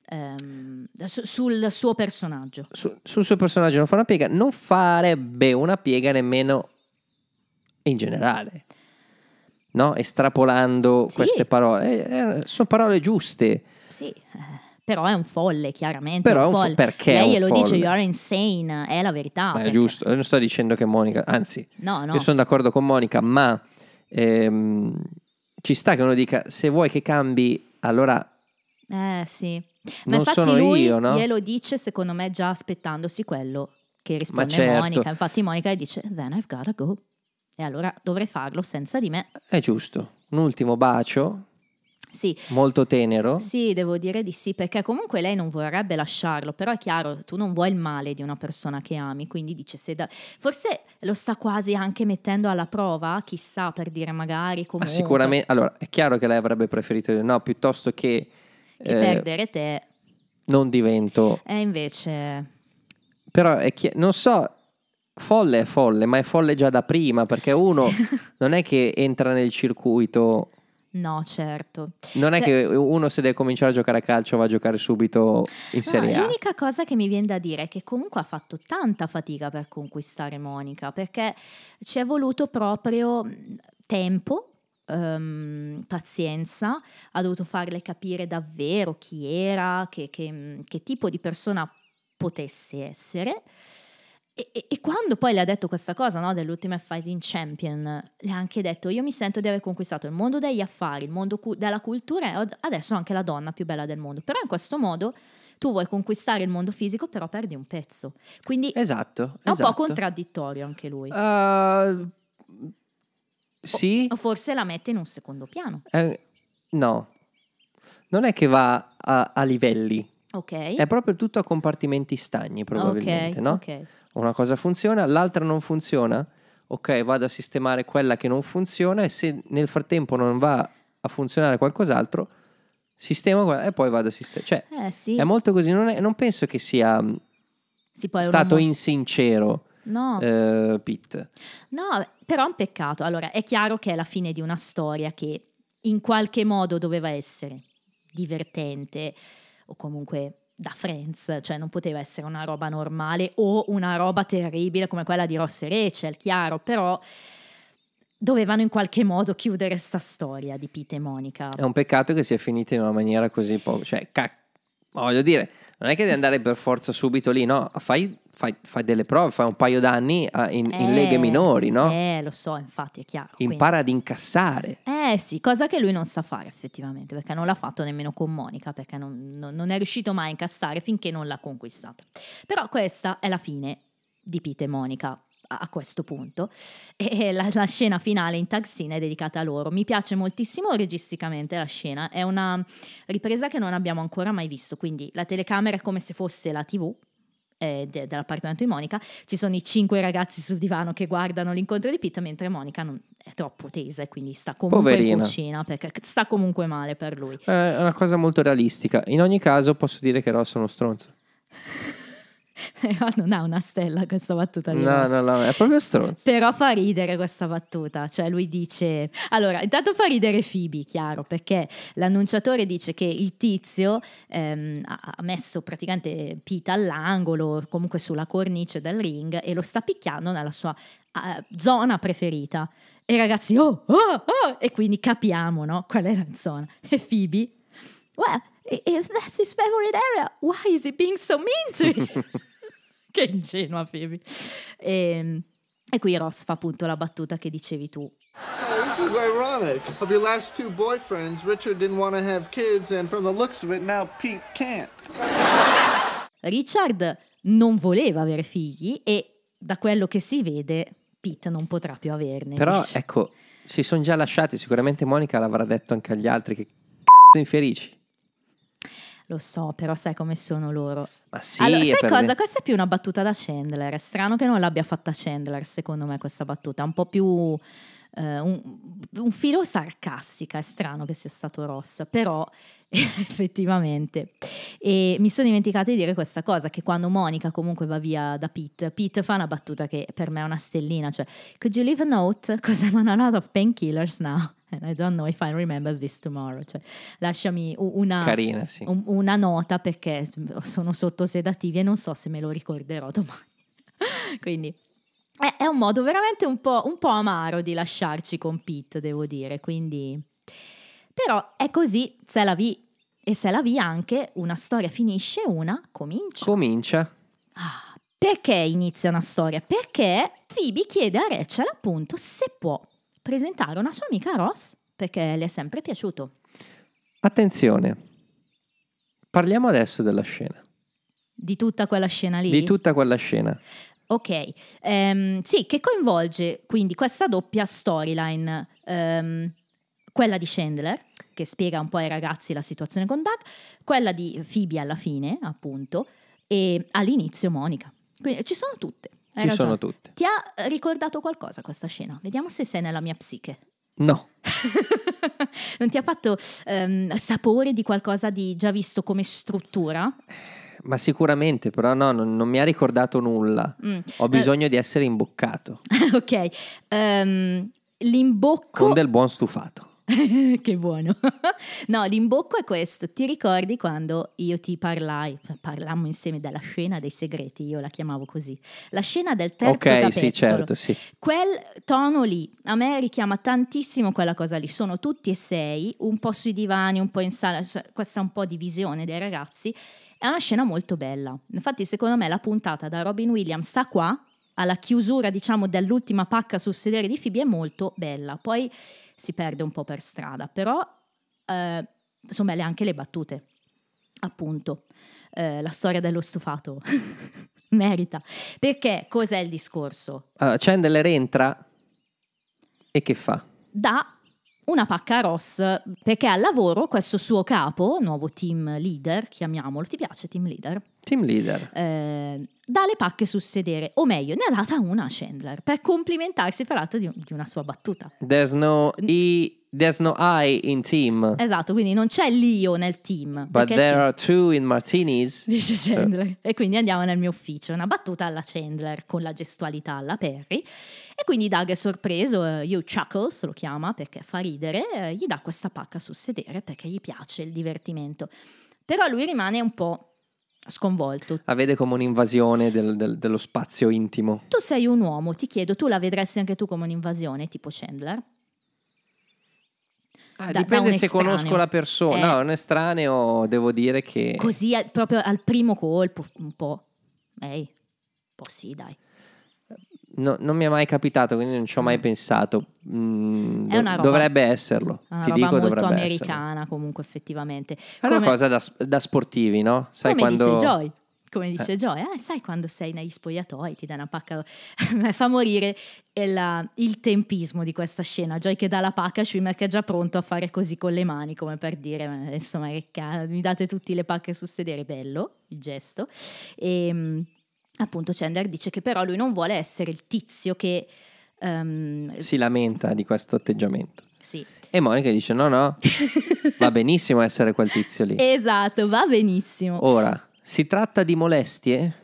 Sul suo personaggio. Sul suo personaggio non fa una piega, non farebbe una piega nemmeno in generale, no? Estrapolando Sì. queste parole, sono parole giuste. Sì, però è un folle, chiaramente. Però è è un un folle. perché è Lei un glielo dice, folle? you are insane, è la verità. Ma è perché- giusto, non sto dicendo che Monica, anzi, No. io sono d'accordo con Monica, ma ci sta che uno dica se vuoi che cambi, allora Sì. Ma non infatti sono lui io, no? glielo dice, secondo me, già aspettandosi quello che risponde certo. Monica. Infatti Monica gli dice, then I've gotta go. E allora dovrei farlo senza di me. è giusto. Un ultimo bacio, Sì. molto tenero. Sì, devo dire di sì, perché comunque lei non vorrebbe lasciarlo, però è chiaro, tu non vuoi il male di una persona che ami, quindi dice forse lo sta quasi anche mettendo alla prova, chissà, per dire magari Ma comunque sicuramente, allora, è chiaro che lei avrebbe preferito no, piuttosto che che perdere te. non divento. E invece Però non so, folle è folle, ma è folle già da prima, perché uno non è che entra nel circuito, no, certo. non è che uno se deve cominciare a giocare a calcio va a giocare subito in Serie A. L'unica cosa che mi viene da dire è che comunque ha fatto tanta fatica per conquistare Monica, perché ci è voluto proprio tempo, pazienza, ha dovuto farle capire davvero chi era, che tipo di persona potesse essere. E quando poi le ha detto questa cosa, no, dell'Ultimate Fighting Champion, le ha anche detto io mi sento di aver conquistato il mondo degli affari, il mondo della cultura e adesso anche la donna più bella del mondo, però in questo modo tu vuoi conquistare il mondo fisico però perdi un pezzo, quindi Esatto. è un po' contraddittorio anche lui, Sì. o forse la mette in un secondo piano. No, non è che va a livelli, Ok, è proprio tutto a compartimenti stagni probabilmente, no? ok. Una cosa funziona, l'altra non funziona, ok, vado a sistemare quella che non funziona e se nel frattempo non va a funzionare qualcos'altro, sistemo quella e poi vado a sistemare. Cioè, Sì. è molto così, non penso che sia Sì, poi È è stato un insincero No, Pitt. no, però è un peccato. Allora, è chiaro che è la fine di una storia che in qualche modo doveva essere divertente o comunque da Friends, cioè non poteva essere una roba normale o una roba terribile come quella di Ross e Rachel, chiaro, però dovevano in qualche modo chiudere sta storia di Pete e Monica. È un peccato che sia finita in una maniera così poco. Cioè, voglio dire, non è che devi andare per forza subito lì, no? Fai delle prove, fai un paio d'anni in leghe minori, no? Lo so, infatti, è chiaro. Impara ad incassare. Sì, cosa che lui non sa fare effettivamente, perché non l'ha fatto nemmeno con Monica, perché non è riuscito mai a incassare finché non l'ha conquistata. Però questa è la fine di Pete e Monica a questo punto, e la scena finale in tag scene è dedicata a loro. Mi piace moltissimo registicamente la scena, è una ripresa che non abbiamo ancora mai visto, quindi la telecamera è come se fosse la TV dell'appartamento di Monica, ci sono i 5 ragazzi sul divano che guardano l'incontro di Pete, mentre Monica non è troppo tesa e quindi sta comunque in cucina, perché sta comunque male per lui. È una cosa molto realistica. In ogni caso posso dire che Ross è uno stronzo. Non ha una stella questa battuta di No, Ross. no, è proprio stronzo. Però fa ridere questa battuta, cioè lui dice, allora intanto fa ridere Phoebe, chiaro, perché l'annunciatore dice che il tizio ha messo praticamente Pete all'angolo, comunque sulla cornice del ring, e lo sta picchiando nella sua zona preferita, e i ragazzi e quindi capiamo, no, qual è la zona. E Phoebe, well, if that's his favorite area, why is he being so mean to me? Che ingenua Phoebe. E qui Ross fa appunto la battuta che dicevi tu. This is ironic. Of your last 2 boyfriends, Richard didn't want to have kids, and from the looks of it, now Pete can't. Richard non voleva avere figli e da quello che si vede Pete non potrà più averne. Però dice. ecco, si sono già lasciati, sicuramente Monica l'avrà detto anche agli altri, che cazzo infelici. Lo so, però sai come sono loro. Ma sì, allora, sai cosa? Questa è più una battuta da Chandler. È strano che non l'abbia fatta Chandler, secondo me, questa battuta. Un po' più un filo sarcastica. È strano che sia stato Ross, però effettivamente. E mi sono dimenticata di dire questa cosa, che quando Monica comunque va via da Pete fa una battuta che per me è una stellina, cioè could you leave a note? Because I'm on a lot of painkillers now. And I don't know if I remember this tomorrow. Cioè, lasciami carina, sì. una nota perché sono sotto sedativi e non so se me lo ricorderò domani. Quindi è un modo veramente un po' amaro di lasciarci con Pete, devo dire. Quindi, però è così, se la vi. E se la vi anche, una storia finisce, una comincia. Perché inizia una storia? Perché Phoebe chiede a Rachel appunto se può presentare una sua amica Ross, perché le è sempre piaciuto. Attenzione, parliamo adesso della scena. Di tutta quella scena lì? Di tutta quella scena. Ok, sì, che coinvolge quindi questa doppia storyline, quella di Chandler, che spiega un po' ai ragazzi la situazione con Doug, quella di Phoebe alla fine, appunto, e all'inizio Monica. Quindi ci sono tutte. Hai ragione. Sono tutte. Ti ha ricordato qualcosa questa scena? Vediamo se sei nella mia psiche. No. Non ti ha fatto sapore di qualcosa di già visto come struttura? Ma sicuramente, però no, non mi ha ricordato nulla. Ho bisogno di essere imboccato. Ok. L'imbocco... Con del buon stufato. Che buono. No, l'imbocco è questo. Ti ricordi quando io ti parlammo insieme della scena dei segreti? Io la chiamavo così. La scena del terzo capezzolo. Sì, certo, sì. Quel tono lì a me richiama tantissimo quella cosa lì. Sono tutti e 6, un po' sui divani, un po' in sala, cioè, questa è un po' di visione dei ragazzi. È una scena molto bella. Infatti, secondo me, la puntata da Robin Williams sta qua, alla chiusura, diciamo, dell'ultima pacca sul sedere di Phoebe, è molto bella. Poi si perde un po' per strada, però sono belle anche le battute, appunto. La storia dello stufato merita. Perché cos'è il discorso? Allora, Chandler entra e che fa? Dà una pacca a Ross, perché al lavoro questo suo capo, nuovo team leader, chiamiamolo, ti piace team leader? Team leader. dà le pacche sul sedere, o meglio, ne ha data una a Chandler per complimentarsi per l'atto di una sua battuta. There's no I in team. Esatto, quindi non c'è l'io nel team. But perché there are two in martinis. dice Chandler. E quindi andiamo nel mio ufficio. Una battuta alla Chandler con la gestualità alla Perry. E quindi Doug è sorpreso, You Chuckles lo chiama perché fa ridere, gli dà questa pacca sul sedere perché gli piace il divertimento. Però lui rimane un po' sconvolto. La vede come un'invasione dello spazio intimo. Tu sei un uomo, ti chiedo, tu la vedresti anche tu come un'invasione, tipo Chandler? Dipende un se estraneo. conosco la persona. No, un estraneo, devo dire che... Così, proprio al primo colpo, un po'. Un po' sì, dai. No, non mi è mai capitato, quindi non ci ho mai pensato. È una roba, dovrebbe esserlo. una Ti roba dico, molto dovrebbe americana, esserlo. comunque, effettivamente. È una cosa da sportivi, no? Sai come quando... dice Joy. Come dice Joy, sai quando sei negli spogliatoi, ti dai una pacca. Fa morire il tempismo di questa scena. Joy che dà la pacca, Schwimmer che è già pronto a fare così con le mani, come per dire, insomma, mi date tutti le pacche sul sedere, bello il gesto. E appunto Chandler dice che però lui non vuole essere il tizio che... si lamenta di questo atteggiamento. Sì. E Monica dice no, va benissimo essere quel tizio lì. Esatto, va benissimo. Ora, si tratta di molestie?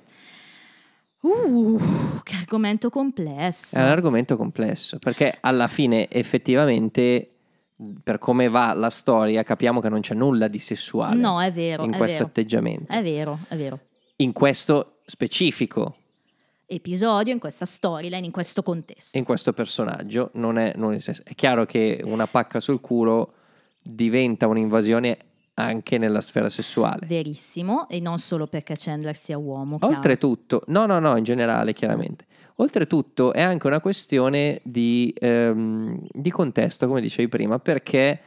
Che argomento complesso. È un argomento complesso, perché alla fine effettivamente, per come va la storia, capiamo che non c'è nulla di sessuale. No, è vero. In questo atteggiamento. È vero. In questo specifico. Episodio, in questa storyline, in questo contesto. In questo personaggio non è chiaro che una pacca sul culo diventa un'invasione anche nella sfera sessuale. Verissimo, e non solo perché Chandler sia uomo. Oltretutto, no, in generale, chiaramente. Oltretutto è anche una questione di contesto, come dicevi prima, perché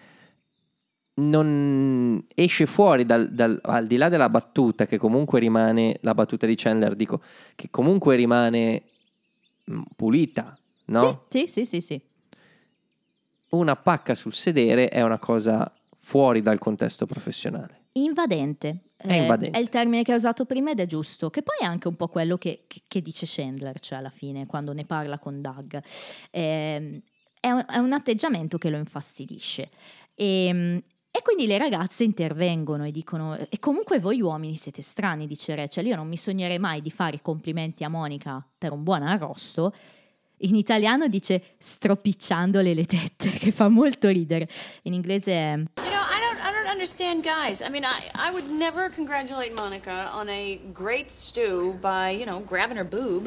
non esce fuori al di là della battuta, che comunque rimane, la battuta di Chandler, dico, che comunque rimane pulita, no? Sì. Una pacca sul sedere è una cosa fuori dal contesto professionale. Invadente. È invadente. È il termine che ho usato prima ed è giusto, che poi è anche un po' quello che dice Chandler, cioè alla fine, quando ne parla con Doug. È un atteggiamento che lo infastidisce. E quindi le ragazze intervengono e dicono, e comunque voi uomini siete strani, dice Rachel, io non mi sognerei mai di fare i complimenti a Monica per un buon arrosto. In italiano dice stropicciandole le tette, che fa molto ridere. In inglese è... You know, I don't understand guys. I mean, I would never congratulate Monica on a great stew by, grabbing her boob.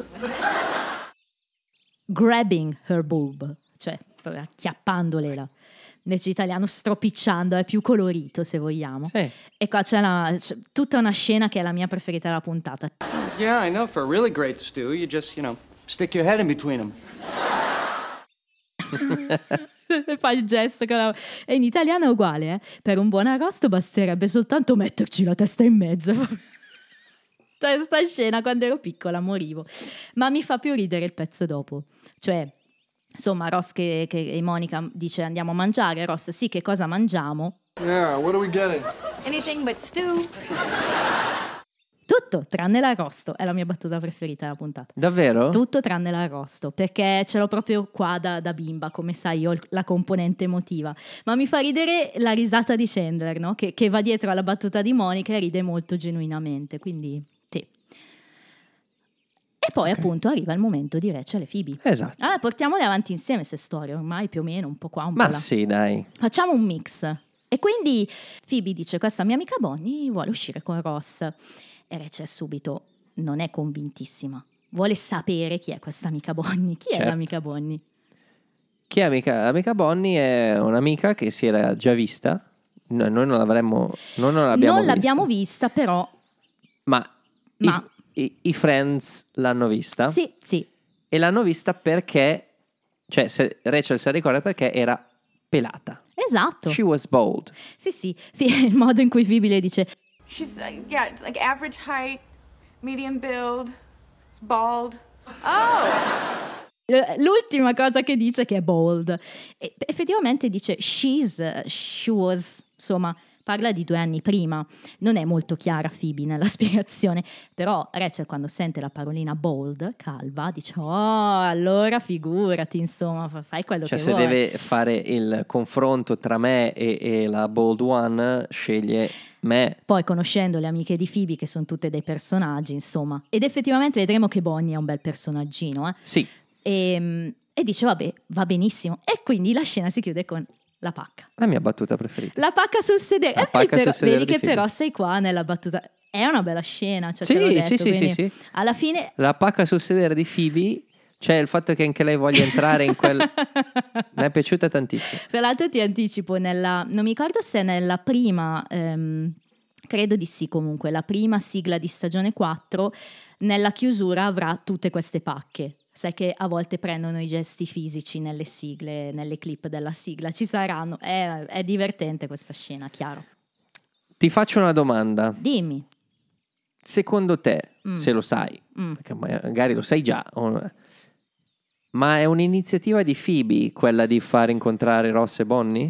Grabbing her boob, cioè proprio acchiappandole là. Invece italiano stropicciando, è più colorito se vogliamo. Sì. E qua c'è tutta una scena che è la mia preferita della puntata. Yeah, I know. For a really great stew, you just, stick your head in between them. Fa il gesto e in italiano è uguale, per un buon arrosto basterebbe soltanto metterci la testa in mezzo. Cioè sta scena quando ero piccola morivo, ma mi fa più ridere il pezzo dopo, cioè insomma Ross che Monica dice andiamo a mangiare, Ross sì, che cosa mangiamo? Yeah, what are we getting? Anything but stew. Tutto tranne l'arrosto, è la mia battuta preferita della puntata. Davvero? Tutto tranne l'arrosto, perché ce l'ho proprio qua da bimba, come sai io ho la componente emotiva, ma mi fa ridere la risata di Chandler, no? Che va dietro alla battuta di Monica e ride molto genuinamente, quindi sì. E poi appunto arriva il momento di Rachel e Phoebe. Esatto. Allora portiamole avanti insieme queste storie, ormai più o meno, un po' qua, un po' Ma là. sì, dai. Facciamo un mix. E quindi Phoebe dice, questa mia amica Bonnie vuole uscire con Ross. E Rachel subito non è convintissima. Vuole sapere chi è questa amica Bonnie. Chi è l'amica Bonnie? Chi è l'amica Bonnie? È un'amica che si era già vista. Noi non l'abbiamo Non l'abbiamo vista, però... Ma. I friends l'hanno vista? Sì. E l'hanno vista perché... Cioè, Rachel se ricorda perché era pelata. Esatto. She was bold. Sì. Il modo in cui Phoebe le dice... She's, like average height, medium build, bald. Oh! L'ultima cosa che dice è che è bold. E effettivamente dice she was, insomma, parla di 2 anni prima. Non è molto chiara Phoebe nella spiegazione, però Rachel quando sente la parolina bald, calva, dice oh, allora figurati, insomma, fai quello Cioè che se vuoi. deve fare il confronto tra me e la bald one, sceglie me. Poi conoscendo le amiche di Phoebe, che sono tutte dei personaggi, insomma, ed effettivamente vedremo che Bonnie è un bel personaggino, Sì. e dice vabbè, va benissimo, e quindi la scena si chiude con la pacca. La mia battuta preferita. La pacca sul sedere. La pacca sul sedere vedi di che Phoebe. però sei qua nella battuta. È una bella scena, cioè Sì, te l'ho detto, sì, quindi sì. alla fine La pacca sul sedere di Phoebe, cioè il fatto che anche lei voglia entrare in quel... mi è piaciuta tantissimo. tra l'altro ti anticipo, non mi ricordo se nella prima, credo di sì comunque, la prima sigla di stagione 4, nella chiusura avrà tutte queste pacche. Sai che a volte prendono i gesti fisici nelle sigle, nelle clip della sigla, ci saranno, è divertente questa scena, chiaro. Ti faccio una domanda. Dimmi. Secondo te, se lo sai, perché magari lo sai già, ma è un'iniziativa di Phoebe quella di far incontrare Ross e Bonnie?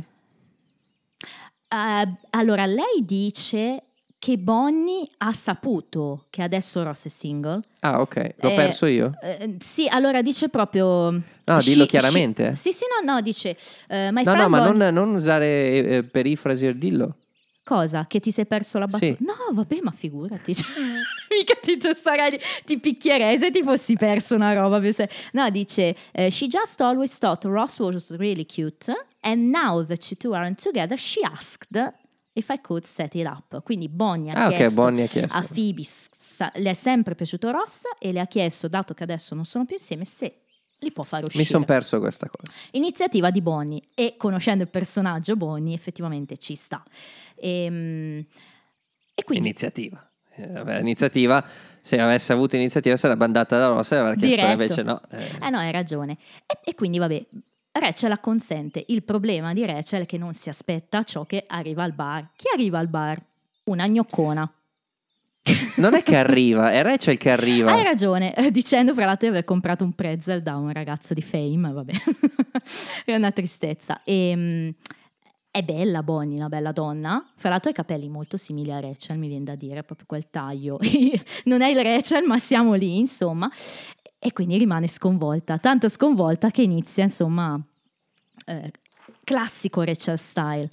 Allora, lei dice che Bonnie ha saputo che adesso Ross è single. Ah, ok, l'ho perso io? Sì, allora dice proprio... No, dillo chiaramente. Sì, no, dice... my No, friend ma Bonnie- non usare perifrasi o dillo. Cosa? Che ti sei perso la battuta? Sì. No, vabbè, ma figurati. Mica ti picchierei se ti fossi perso una roba. No, dice, she just always thought Ross was really cute and now that you two aren't together, she asked if I could set it up. Quindi Bonnie ha chiesto Bonnie ha chiesto. a Phoebe, le è sempre piaciuto Ross e le ha chiesto, dato che adesso non sono più insieme, se li può fare uscire. Mi sono perso questa cosa. Iniziativa di Bonnie, e conoscendo il personaggio Bonnie effettivamente ci sta. E quindi Iniziativa. Iniziativa, se avesse avuto iniziativa sarebbe andata da Ross e avrebbe chiesto, diretto. invece no. No, hai ragione. E quindi vabbè, Rachel acconsente. Il problema di Rachel è che non si aspetta ciò che arriva al bar. Chi arriva al bar? Una gnoccona. Non è che arriva, è Rachel che arriva. Hai ragione, dicendo fra l'altro di aver comprato un pretzel da un ragazzo di Fame, vabbè, è una tristezza. È bella Bonnie, una bella donna, fra l'altro ha i capelli molto simili a Rachel, mi viene da dire, proprio quel taglio. Non è il Rachel, ma siamo lì, insomma, e quindi rimane sconvolta, tanto sconvolta che inizia, insomma, classico Rachel style,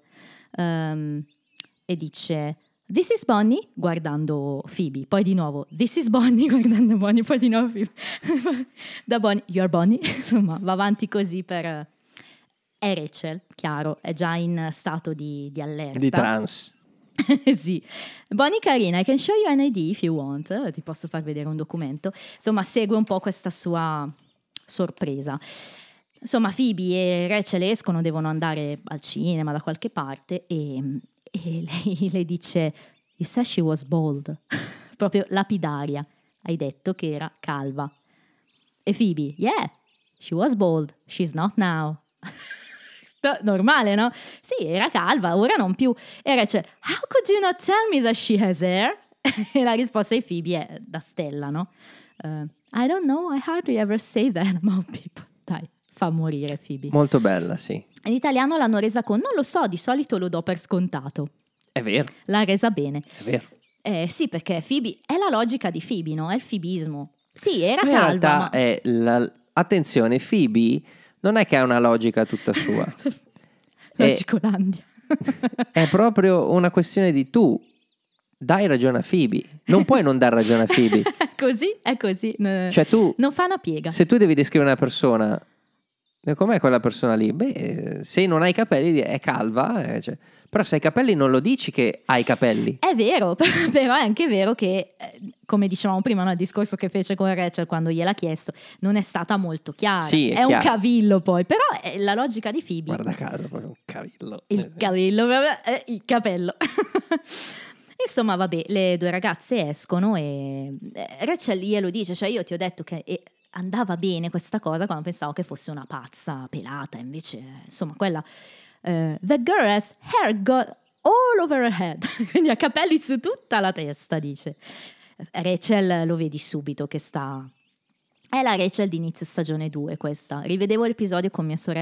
e dice... This is Bonnie, guardando Phoebe, poi di nuovo This is Bonnie, guardando Bonnie, poi di nuovo Phoebe. Da Bonnie, you're Bonnie, insomma va avanti così per... È Rachel, chiaro, è già in stato di allerta. Di trance. Sì. Bonnie carina, I can show you an ID if you want, ti posso far vedere un documento. Insomma segue un po' questa sua sorpresa. Insomma Phoebe e Rachel escono, devono andare al cinema da qualche parte e lei le dice you said she was bald. Proprio lapidaria, hai detto che era calva. E Phoebe, yeah, she was bald, she's not now. Normale, no? Sì, era calva, ora non più. E Rachel, how could you not tell me that she has hair? E la risposta di Phoebe è da stella, no? I don't know, I hardly ever say that about people. Dai, fa morire Phoebe. Molto bella, sì. In italiano l'hanno resa con, non lo so, di solito lo do per scontato. È vero. L'ha resa bene. È vero. Sì, perché Phoebe, è la logica di Phoebe, no? È il phoebismo. Sì, era In calva, realtà ma... è attenzione, Phoebe non è che ha una logica tutta sua. Logicolandia. È proprio una questione di tu dai ragione a Phoebe. Non puoi non dar ragione a Phoebe. È così. Cioè tu, non fa una piega. se tu devi descrivere una persona, com'è quella persona lì? Beh, se non hai i capelli è calva, cioè. Però se hai i capelli non lo dici che hai i capelli. È vero, però è anche vero che, come dicevamo prima, no, il discorso che fece con Rachel quando gliel'ha chiesto, non è stata molto chiara. Sì, è un chiaro. cavillo poi, però è la logica di Phoebe. Guarda caso, proprio un cavillo. Il cavillo, il capello. Insomma, vabbè, le due ragazze escono e Rachel glielo dice, cioè io ti ho detto che andava bene questa cosa quando pensavo che fosse una pazza pelata, invece, insomma, quella... the girl has hair got all over her head. Quindi ha capelli su tutta la testa, dice. Rachel lo vedi subito che sta... È la Rachel di inizio stagione 2 questa. Rivedevo l'episodio con mia sorella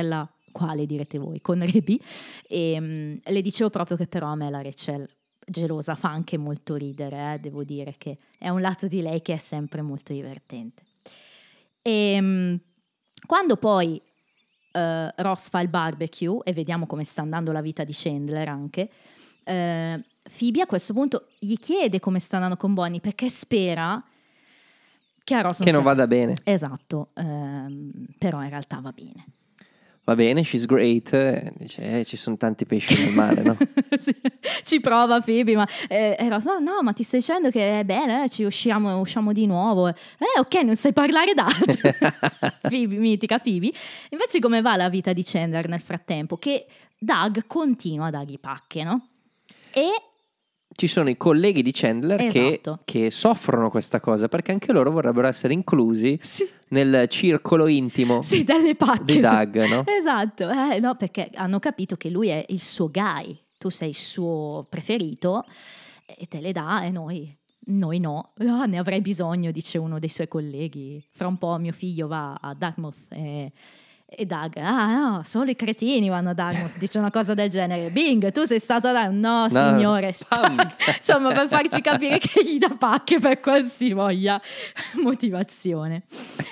quale direte voi, con Rebi, e le dicevo proprio che però a me la Rachel gelosa fa anche molto ridere, devo dire che è un lato di lei che è sempre molto divertente. E quando poi Ross fa il barbecue e vediamo come sta andando la vita di Chandler anche, Phoebe a questo punto gli chiede come sta andando con Bonnie, perché spera che a Ross non vada bene. Esatto, però in realtà va bene. Va bene, she's great, dice ci sono tanti pesci nel mare, no? Sì, ci prova Phoebe, ma Ross, no, ma ti stai dicendo che è bene, ci usciamo di nuovo. Ok, non sai parlare d'altro. Phoebe, mitica Phoebe. Invece come va la vita di Chandler nel frattempo? Che Doug continua a dargli pacche, no? E ci sono i colleghi di Chandler esatto. che soffrono questa cosa, perché anche loro vorrebbero essere inclusi nel circolo intimo dalle pacche di Doug, no? Esatto, no, perché hanno capito che lui è il suo guy, tu sei il suo preferito e te le dà e noi no. Ne avrei bisogno, dice uno dei suoi colleghi. Fra un po' mio figlio va a Dartmouth e Doug, no, solo i cretini vanno a Dartmouth, dice una cosa del genere. Bing, tu sei stato a Dartmouth? No, signore. Insomma, per farci capire che gli dà pacche per qualsivoglia motivazione.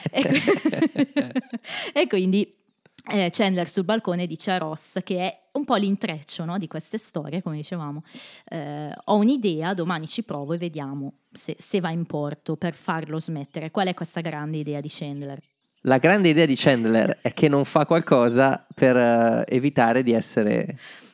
E quindi Chandler sul balcone dice a Ross, che è un po' l'intreccio, no, di queste storie, come dicevamo, ho un'idea, domani ci provo e vediamo se va in porto per farlo smettere. Qual è questa grande idea di Chandler? La grande idea di Chandler è che non fa qualcosa per evitare di essere...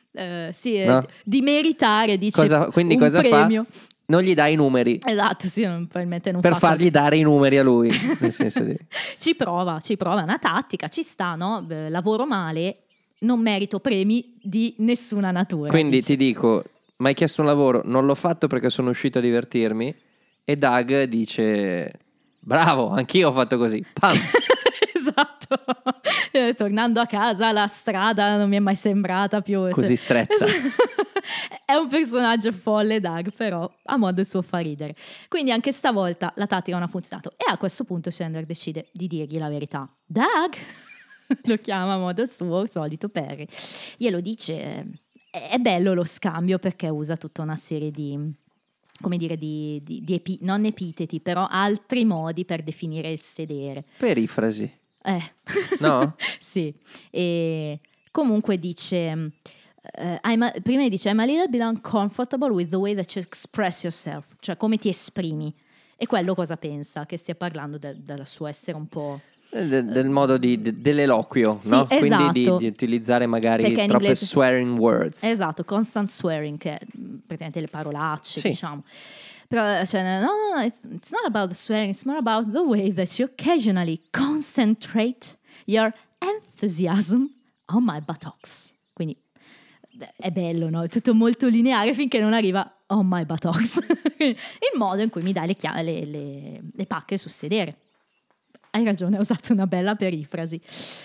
no? Di meritare, dice, quindi un cosa premio. Fa? Non gli dà i numeri. Esatto, sì, probabilmente non per fa fargli dare i numeri a lui. Nel senso di... ci prova, è una tattica, ci sta, no? Lavoro male, non merito premi di nessuna natura. Quindi dice. ti dico, mi hai chiesto un lavoro, non l'ho fatto perché sono uscito a divertirmi, e Doug dice, bravo, anch'io ho fatto così. Pam! Esatto, tornando a casa la strada non mi è mai sembrata più così stretta. È un personaggio folle Doug, però a modo suo fa ridere. Quindi anche stavolta la tattica non ha funzionato e a questo punto Chandler decide di dirgli la verità. Doug lo chiama a modo suo, solito Perry, glielo dice. È bello lo scambio perché usa tutta una serie di, come dire, non epiteti, però altri modi per definire il sedere. Perifrasi. No? Sì. E comunque dice, prima dice I'm a little bit uncomfortable with the way that you express yourself, cioè come ti esprimi. E quello cosa pensa? Che stia parlando del suo essere un po'... del modo dell'eloquio, sì, no? Esatto. Quindi di utilizzare magari troppe inglese... swearing words. Esatto, constant swearing, che è praticamente le parolacce, sì. diciamo. Però, cioè, no, it's not about the swearing, it's more about the way that you occasionally concentrate your enthusiasm on my buttocks. Quindi è bello, no? È tutto molto lineare finché non arriva on my buttocks. Il modo in cui mi dai le pacche sul sedere. Hai ragione, ho usato una bella perifrasi.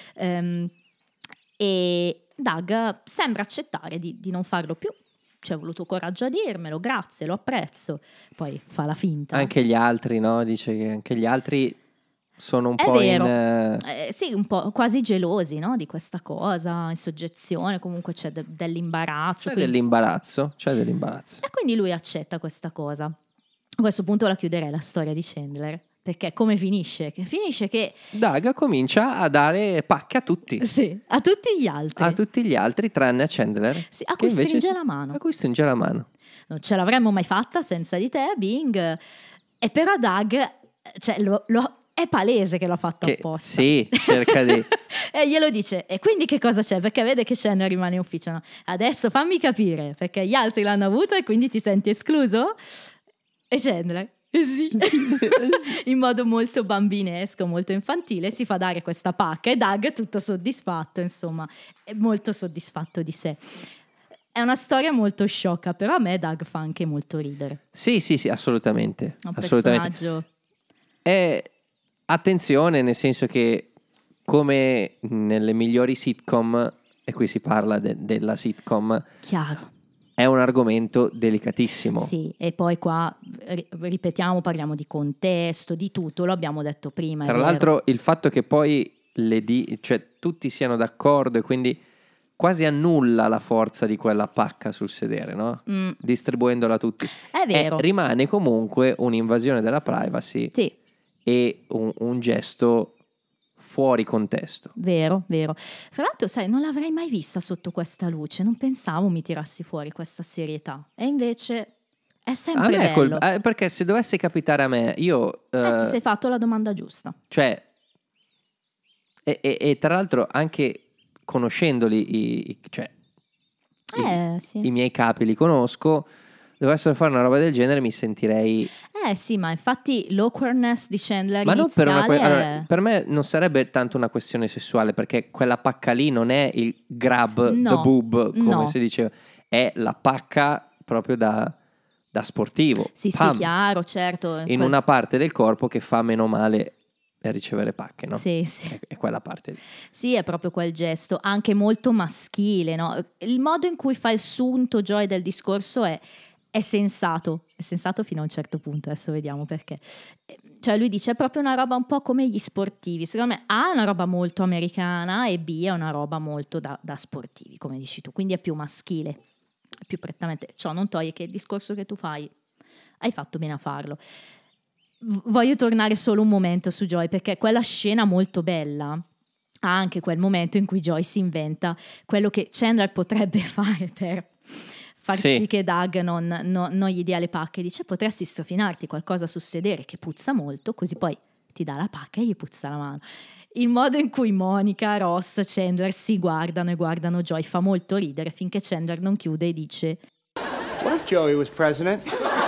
E Doug sembra accettare di non farlo più. Ci ha voluto coraggio a dirmelo, grazie, lo apprezzo. Poi fa la finta. Anche gli altri, no? Dice che anche gli altri sono un po' vero. Sì, un po' quasi gelosi, no? Di questa cosa, in soggezione, comunque c'è dell'imbarazzo. C'è dell'imbarazzo. E quindi lui accetta questa cosa. A questo punto la chiuderei la storia di Chandler. Perché come finisce? Che finisce che Doug comincia a dare pacche a tutti. Sì, a tutti gli altri. A tutti gli altri, tranne a Chandler. Sì, a cui stringe la mano. A cui stringe la mano. Non ce l'avremmo mai fatta senza di te, Bing. E però Doug, cioè, è palese che l'ha fatto apposta. Sì, cerca di... E glielo dice, e quindi che cosa c'è? Perché vede che Chandler rimane in ufficio. No? Adesso fammi capire, perché gli altri l'hanno avuto e quindi ti senti escluso? E Chandler... Sì. In modo molto bambinesco, molto infantile si fa dare questa pacca e Doug tutto soddisfatto, insomma, è molto soddisfatto di sé. È una storia molto sciocca, però a me Doug fa anche molto ridere. Sì, assolutamente. È un personaggio. Attenzione, nel senso che come nelle migliori sitcom, e qui si parla della sitcom, chiaro, è un argomento delicatissimo. Sì, e poi qua ripetiamo, parliamo di contesto, di tutto, lo abbiamo detto prima. Tra l'altro il fatto che poi cioè tutti siano d'accordo e quindi quasi annulla la forza di quella pacca sul sedere, no? Distribuendola a tutti. È vero. Rimane comunque un'invasione della privacy Sì. e un gesto fuori contesto. Vero. Fra l'altro, sai, non l'avrei mai vista sotto questa luce, non pensavo mi tirassi fuori questa serietà. E invece è sempre A me bello. perché se dovesse capitare a me, io... Ti sei fatto la domanda giusta. Cioè, e tra l'altro anche conoscendoli, Sì. i miei capi li conosco, dovessero fare una roba del genere mi sentirei... Sì, ma infatti l'awkwardness di Chandler Ma non per iniziale allora, per me non sarebbe tanto una questione sessuale, perché quella pacca lì non è il grab No, the boob, come no. si diceva, è la pacca proprio da sportivo. Sì, Pam, chiaro, certo. in una parte del corpo che fa meno male a ricevere pacche, no? Sì. È quella parte lì. Sì, è proprio quel gesto, anche molto maschile, no? Il modo in cui fa il sunto Joy del discorso è sensato fino a un certo punto, adesso vediamo perché. Cioè lui dice è proprio una roba un po' come gli sportivi, secondo me A è una roba molto americana e B è una roba molto da sportivi, come dici tu, quindi è più maschile, è più prettamente, ciò non toglie che il discorso che tu fai, hai fatto bene a farlo. Voglio tornare solo un momento su Joy, perché quella scena molto bella ha anche quel momento in cui Joy si inventa quello che Chandler potrebbe fare per far sì che Doug non gli dia le pacche. Dice potresti strofinarti qualcosa sul sedere che puzza molto, così poi ti dà la pacca e gli puzza la mano. Il modo in cui Monica, Ross, Chandler si guardano e guardano Joy fa molto ridere, finché Chandler non chiude e dice What if Joey was president?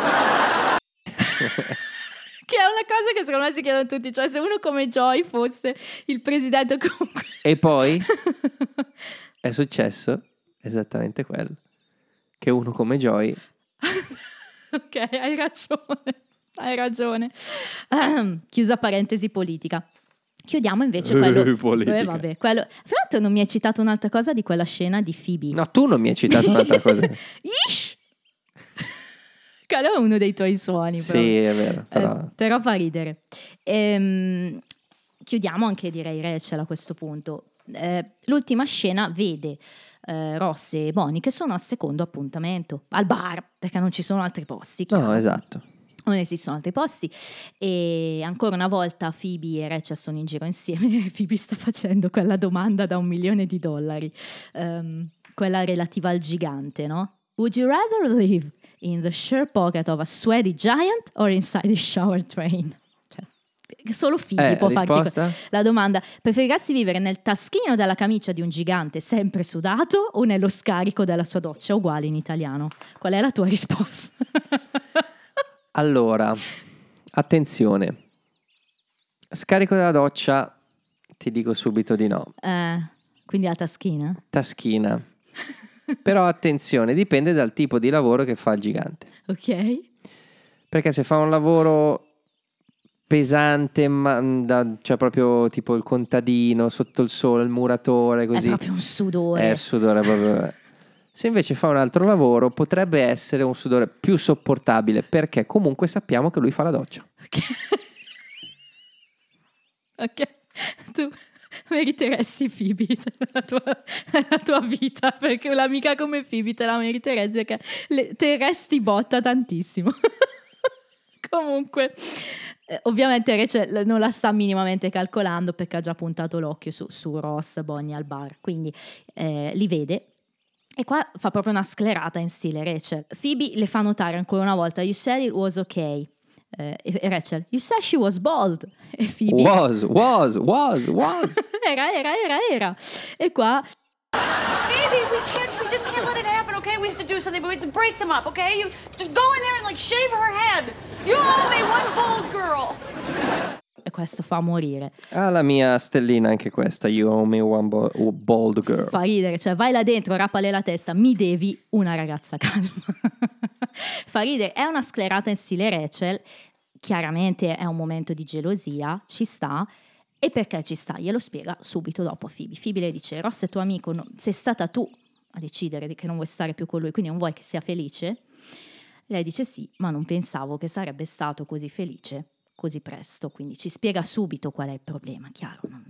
che è una cosa che secondo me si chiedono tutti, cioè se uno come Joy fosse il presidente comunque. E poi è successo esattamente quello, che uno come Joy... Ok, hai ragione. Chiusa parentesi politica. Chiudiamo invece quello... politica. Vabbè, quello... Fra l'altro non mi hai citato un'altra cosa di quella scena di Phoebe. No, tu non mi hai citato un'altra cosa. Ish! Quello è uno dei tuoi suoni. Sì, è vero. Però fa ridere. Chiudiamo anche, direi, Rachel a questo punto. L'ultima scena vede Ross e Bonnie che sono al secondo appuntamento, al bar, perché non ci sono altri posti. Chiaro? No, esatto. Non esistono altri posti e ancora una volta Phoebe e Rachel sono in giro insieme. Phoebe sta facendo quella domanda da $1 milione, quella relativa al gigante, no? Would you rather live in the shirt pocket of a sweaty giant or inside the shower train? Cioè, solo Phoebe può farti la domanda. Preferiresti vivere nel taschino della camicia di un gigante sempre sudato o nello scarico della sua doccia uguale in italiano? Qual è la tua risposta? Allora, attenzione. Scarico della doccia, ti dico subito di no. Quindi la taschina? Taschina. Però attenzione, dipende dal tipo di lavoro che fa il gigante. Ok. Perché se fa un lavoro pesante, cioè proprio tipo il contadino, sotto il sole, il muratore, così. È proprio un sudore. È il sudore proprio. Se invece fa un altro lavoro, potrebbe essere un sudore più sopportabile, perché comunque sappiamo che lui fa la doccia. Ok. Tu meriteresti Phoebe nella tua vita, perché un'amica come Phoebe te la meriteresti, che te resti botta tantissimo. Comunque, ovviamente Rachel non la sta minimamente calcolando, perché ha già puntato l'occhio su Ross, Bonnie al bar, quindi li vede. E qua fa proprio una sclerata in stile Rachel. Phoebe le fa notare ancora una volta, you said it was okay. E Rachel, you said she was bald. E Phoebe, was. Era. E qua, Phoebe, we just can't let it happen, okay? We have to do something, but we have to break them up, okay? You just go in there and like shave her head. You owe me one bald girl. e questo fa morire. Ah, la mia stellina anche questa, you owe me one bald girl. Fa ridere, cioè vai là dentro, rappale la testa, mi devi una ragazza calma. Fa ridere, è una sclerata in stile Rachel, chiaramente è un momento di gelosia, ci sta. E perché ci sta? Glielo spiega subito dopo a Phoebe. Phoebe le dice, Ross è tuo amico, no, sei stata tu a decidere che non vuoi stare più con lui, quindi non vuoi che sia felice? Lei dice sì, ma non pensavo che sarebbe stato così felice così presto, quindi ci spiega subito qual è il problema, chiaro,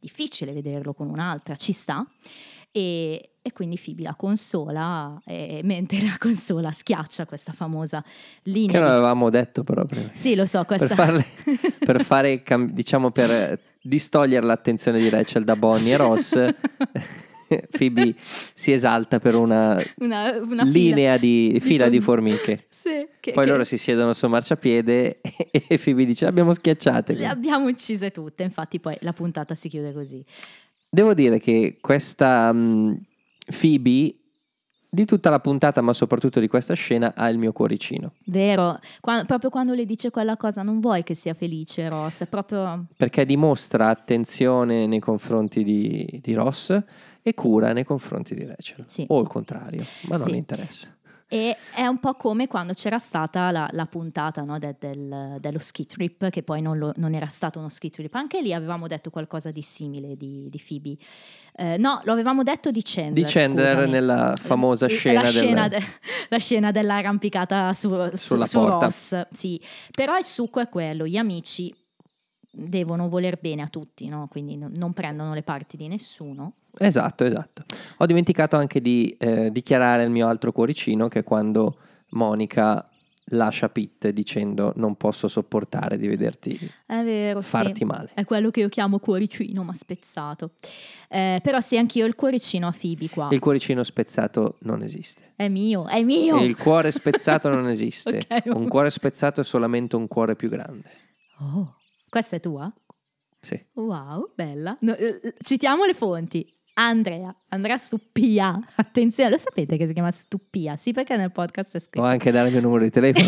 difficile vederlo con un'altra, ci sta. E quindi Phoebe la consola, mentre la consola schiaccia questa famosa linea. Che non avevamo detto però prima. Sì, lo so, questa... per fare, diciamo, per distogliere l'attenzione di Rachel da Bonnie e Ross, Phoebe si esalta per una linea fila di formiche. Sì, poi loro si siedono sul marciapiede e Phoebe dice: abbiamo schiacciate. Le abbiamo uccise tutte, infatti poi la puntata si chiude così. Devo dire che questa Phoebe, di tutta la puntata, ma soprattutto di questa scena, ha il mio cuoricino. Vero, proprio quando le dice quella cosa non vuoi che sia felice Ross, è proprio... Perché dimostra attenzione nei confronti di Ross e cura nei confronti di Rachel. Sì. O il contrario, ma non Sì. interessa. E è un po' come quando c'era stata la puntata, no, dello ski trip, che poi non era stato uno ski trip. Anche lì avevamo detto qualcosa di simile di Phoebe. No, lo avevamo detto di Chandler. Di Chandler, scusami. nella famosa scena la scena dell'arrampicata su porta. Ross. Sì. Però il succo è quello, gli amici devono voler bene a tutti, no? Quindi non prendono le parti di nessuno. Esatto. Ho dimenticato anche di dichiarare il mio altro cuoricino, che è quando Monica lascia Pete dicendo: non posso sopportare di vederti è vero, farti sì. male. È quello che io chiamo cuoricino, ma spezzato. Però sì, anch'io il cuoricino a Phoebe qua. Il cuoricino spezzato non esiste. È mio. Il cuore spezzato non esiste. Okay. Un cuore spezzato è solamente un cuore più grande. Oh, questa è tua? Sì. Wow, bella. Citiamo le fonti. Andrea Stuppia, attenzione, lo sapete che si chiama Stuppia? Sì, perché nel podcast è scritto. O anche dare il mio numero di telefono.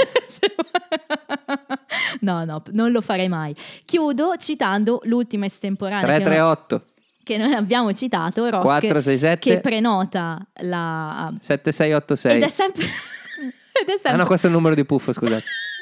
No, non lo farei mai. Chiudo citando l'ultima estemporanea 338 che noi abbiamo citato, Ross 467 che prenota la 7686 ed è sempre Ah no, questo è il numero di Puffo, scusate.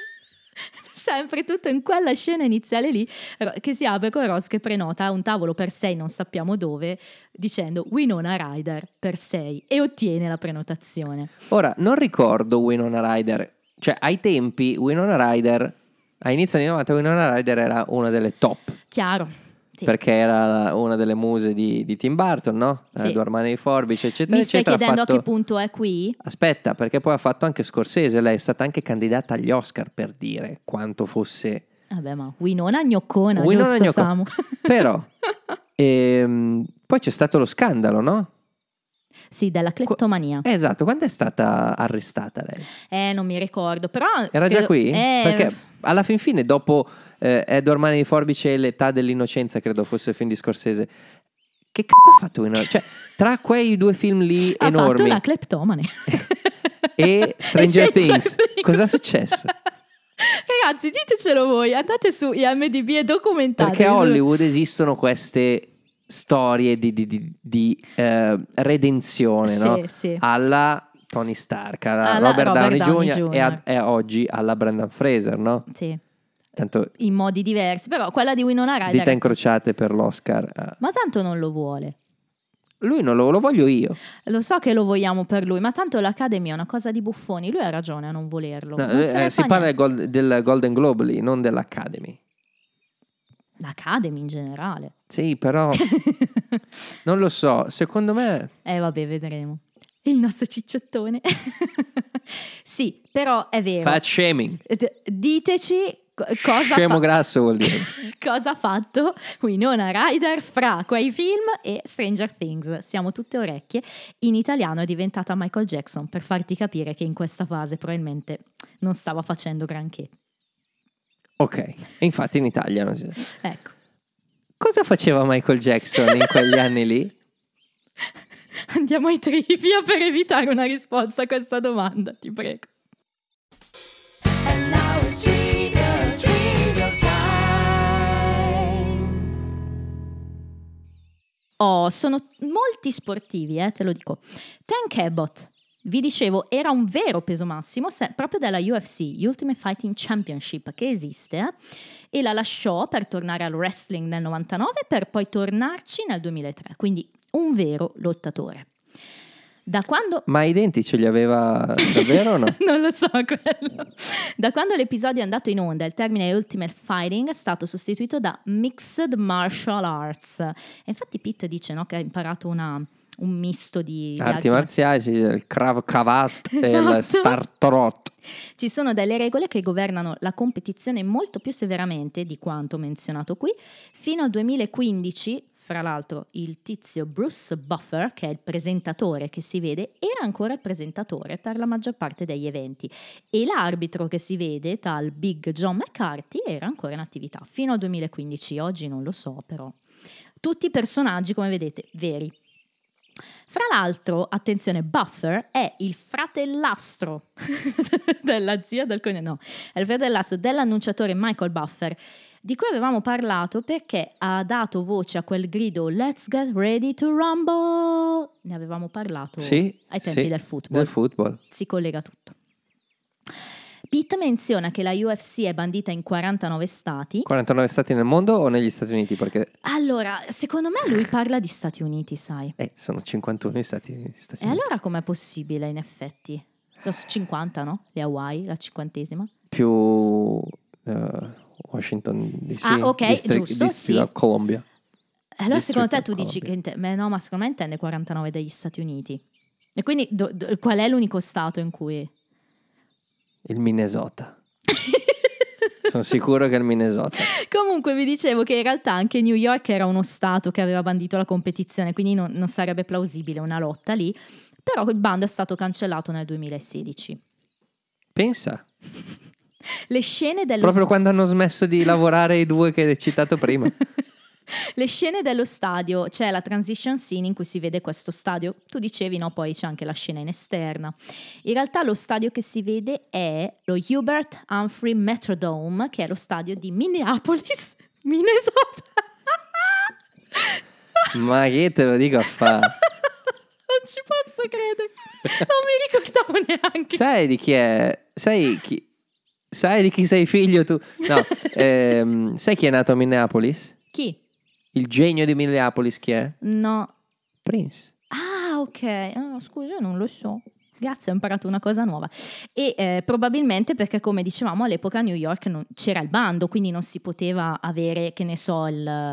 Sempre tutto in quella scena iniziale lì, che si apre con Ross che prenota un tavolo per 6 non sappiamo dove, dicendo Winona Ryder per 6, e ottiene la prenotazione. Ora, non ricordo Winona Ryder, cioè ai tempi Winona Ryder, a inizio anni 90 Winona Ryder era una delle top. Chiaro. Sì. Perché era una delle muse di Tim Burton, no? Sì. Edward Mani di Forbice, eccetera, Mi stai eccetera. chiedendo a che punto è qui? Aspetta, perché poi ha fatto anche Scorsese, lei è stata anche candidata agli Oscar, per dire quanto fosse... Vabbè, ma Winona gnoccona, Winona giusto Samu? Però, poi c'è stato lo scandalo, no? Sì, della cleptomania. Esatto, quando è stata arrestata lei? Non mi ricordo, però... Era già qui? Perché alla fin fine, dopo Edward Mani di Forbice e l'età dell'innocenza, credo fosse il film di Scorsese, che cazzo ha fatto Winona? Cioè, tra quei due film lì ha enormi... fatto la cleptomane. e Stranger Things. Cosa è successo? Ragazzi, ditecelo voi, andate su IMDb e documentatevi. Perché a Hollywood esistono queste storie di redenzione, sì, no? Sì. Alla Tony Stark, alla Robert Downey Jr. e oggi alla Brendan Fraser, no? Sì. Tanto in modi diversi, però quella di Winona Ryder... Dita incrociate per l'Oscar. Ma tanto non lo vuole. Lui non lo voglio io. Lo so che lo vogliamo per lui, ma tanto l'Academy è una cosa di buffoni. Lui ha ragione a non volerlo. No, non si parla del Golden Globe lì, non dell'Academy. L'Academy in generale. Sì, però non lo so, secondo me... Vabbè, vedremo. Il nostro cicciottone. Sì, però è vero. Fat shaming. Diteci cosa scemo grasso vuol dire. Cosa ha fatto Winona Ryder fra quei film e Stranger Things. Siamo tutte orecchie. In italiano è diventata Michael Jackson, per farti capire che in questa fase probabilmente non stava facendo granché. Ok, e infatti in Italia non si... Ecco. Cosa faceva Michael Jackson in quegli anni lì? Andiamo ai trivia per evitare una risposta a questa domanda, ti prego. And now it's trivia time. Sono molti sportivi, te lo dico. Tank Abbott, vi dicevo, era un vero peso massimo proprio della UFC, Ultimate Fighting Championship, che esiste, e la lasciò per tornare al wrestling nel 99 per poi tornarci nel 2003, quindi un vero lottatore. Da quando... Ma i denti ce li aveva davvero o no? Non lo so quello. Da quando l'episodio è andato in onda, il termine Ultimate Fighting è stato sostituito da Mixed Martial Arts. E infatti Pete dice, no, che ha imparato un misto di Arti marziali, sì, il Krav Kavat e il Esatto. Startorot. Ci sono delle regole che governano la competizione molto più severamente di quanto menzionato qui. Fino al 2015, fra l'altro, il tizio Bruce Buffer, che è il presentatore che si vede, era ancora il presentatore per la maggior parte degli eventi, e l'arbitro che si vede, tal Big John McCarthy, era ancora in attività fino al 2015. Oggi non lo so, però tutti personaggi, come vedete, veri. Fra l'altro, attenzione, Buffer è il fratellastro della zia del cognome, no, è il fratellastro dell'annunciatore Michael Buffer, di cui avevamo parlato perché ha dato voce a quel grido "Let's get ready to rumble". Ne avevamo parlato Sì, ai tempi sì, del football. del football. Si collega tutto. Pete menziona che la UFC è bandita in 49 stati. 49 stati nel mondo o negli Stati Uniti? Perché Allora, secondo me lui parla di Stati Uniti, sai. sono 51 gli Stati E Uniti. allora com'è possibile, in effetti? 50, no? Le Hawaii, la 50esima. Più Washington DC, Ah, ok, giusto, sì. Columbia. Allora, District secondo te of tu dici Columbia. che no, ma secondo me intende 49 degli Stati Uniti. E quindi qual è l'unico stato in cui... Il Minnesota. Sono sicuro che è il Minnesota. Comunque vi dicevo che in realtà anche New York era uno stato che aveva bandito la competizione, quindi non sarebbe plausibile una lotta lì, però il bando è stato cancellato nel 2016. Pensa. Le scene dello Proprio quando hanno smesso di lavorare i due che hai citato prima. Le scene dello stadio, c'è la transition scene in cui si vede questo stadio, tu dicevi no, poi c'è anche la scena in esterna. In realtà lo stadio che si vede è lo Hubert Humphrey Metrodome, che è lo stadio di Minneapolis, Minnesota. Ma che te lo dico a fare? Non ci posso credere, non mi ricordavo neanche. Sai di chi è? Sai di chi sei figlio tu? No, sai chi è nato a Minneapolis? Chi? Il genio di Minneapolis chi è? No. Prince. Ah, ok. Scusa, non lo so. Grazie, ho imparato una cosa nuova. E probabilmente perché, come dicevamo, all'epoca a New York non c'era il bando, quindi non si poteva avere, che ne so,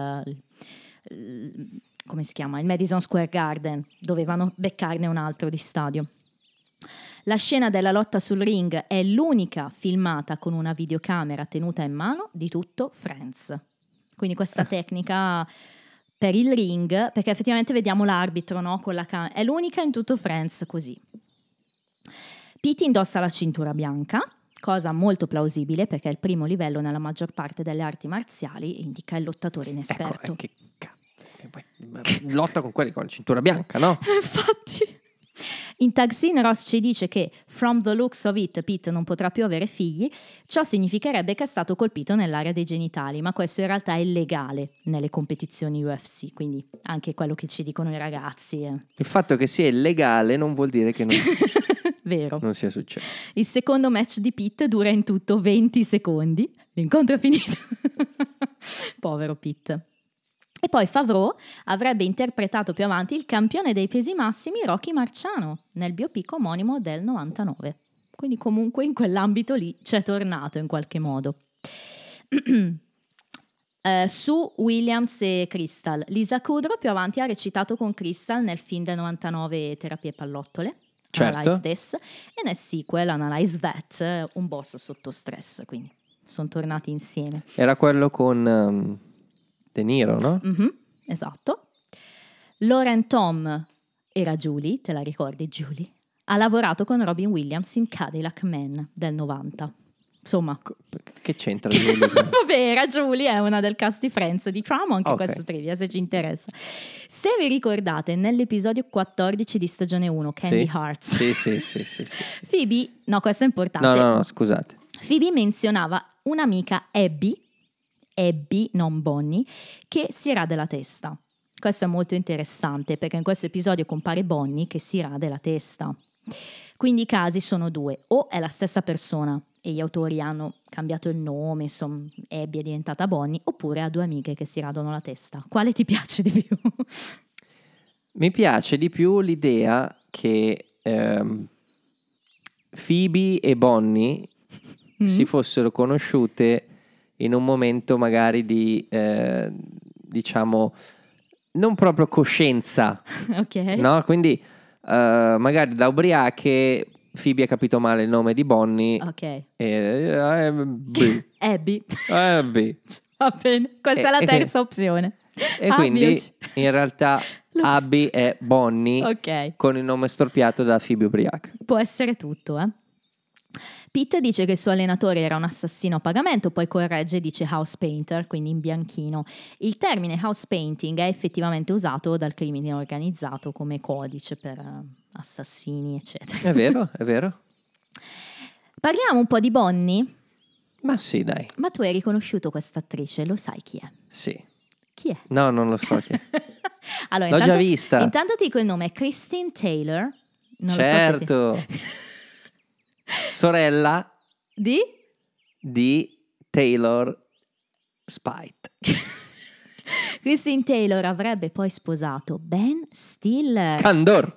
come si chiama? Il Madison Square Garden. Dovevano beccarne un altro di stadio. La scena della lotta sul ring è l'unica filmata con una videocamera tenuta in mano di tutto Friends. Quindi questa tecnica per il ring, perché effettivamente vediamo l'arbitro, no, con la camera, è l'unica in tutto Friends così. Pete indossa la cintura bianca, cosa molto plausibile perché è il primo livello nella maggior parte delle arti marziali e indica il lottatore inesperto. Ecco, che cazzo. Lotta con quelli con la cintura bianca, no? Infatti. In tag scene Ross ci dice che "from the looks of it Pete non potrà più avere figli", ciò significherebbe che è stato colpito nell'area dei genitali, ma questo in realtà è illegale nelle competizioni UFC, quindi anche quello che ci dicono i ragazzi. Il fatto che sia illegale non vuol dire che Vero. non sia successo. Il secondo match di Pete dura in tutto 20 secondi, l'incontro è finito. Povero Pete. E poi Favreau avrebbe interpretato più avanti il campione dei pesi massimi Rocky Marciano nel biopic omonimo del 99. Quindi comunque in quell'ambito lì c'è tornato in qualche modo. Su Williams e Crystal, Lisa Kudrow più avanti ha recitato con Crystal nel film del 99 Terapie pallottole, Certo. Analyze This, e nel sequel Analyze That, un boss sotto stress, quindi sono tornati insieme. Era quello con De Niro, no? Esatto. Lauren Tom era Julie, te la ricordi Julie? Ha lavorato con Robin Williams in Cadillac Man del 90. Insomma, Che c'entra Julie? vabbè, era Julie, è una del cast di Friends, diciamo anche Ok. questo trivia se ci interessa. Se vi ricordate, nell'episodio 14 di stagione 1, Candy Sì? Hearts, Sì. Phoebe, no, questo è importante. No, scusate. Phoebe menzionava un'amica Abby, non Bonnie, che si rade la testa. Questo è molto interessante perché in questo episodio compare Bonnie che si rade la testa. Quindi i casi sono due: o è la stessa persona e gli autori hanno cambiato il nome, insomma Abby è diventata Bonnie, oppure ha due amiche che si radono la testa. Quale ti piace di più? Mi piace di più l'idea che Phoebe e Bonnie si fossero conosciute in un momento magari di, diciamo, non proprio coscienza, Ok. no? Quindi magari da ubriache Phoebe ha capito male il nome di Bonnie Ok. e Abby. Abby. Va bene, questa è la E terza opzione. E Abby, quindi in realtà Lo- Abby è Bonnie Ok. con il nome storpiato da Phoebe ubriaca. Può essere tutto, eh. Pete dice che il suo allenatore era un assassino a pagamento, poi corregge e dice house painter, quindi in bianchino. Il termine house painting è effettivamente usato dal crimine organizzato come codice per assassini, eccetera. È vero, è vero. Parliamo un po' di Bonnie. Ma sì, dai. Ma tu hai riconosciuto questa attrice, lo sai chi è? Sì. Chi è? No, non lo so chi è. Allora, L'ho già vista. Intanto ti dico il nome, è Christine Taylor. Non lo so se Certo. Sorella di? di Taylor Spite. Christine Taylor avrebbe poi sposato Ben Stiller. Candor.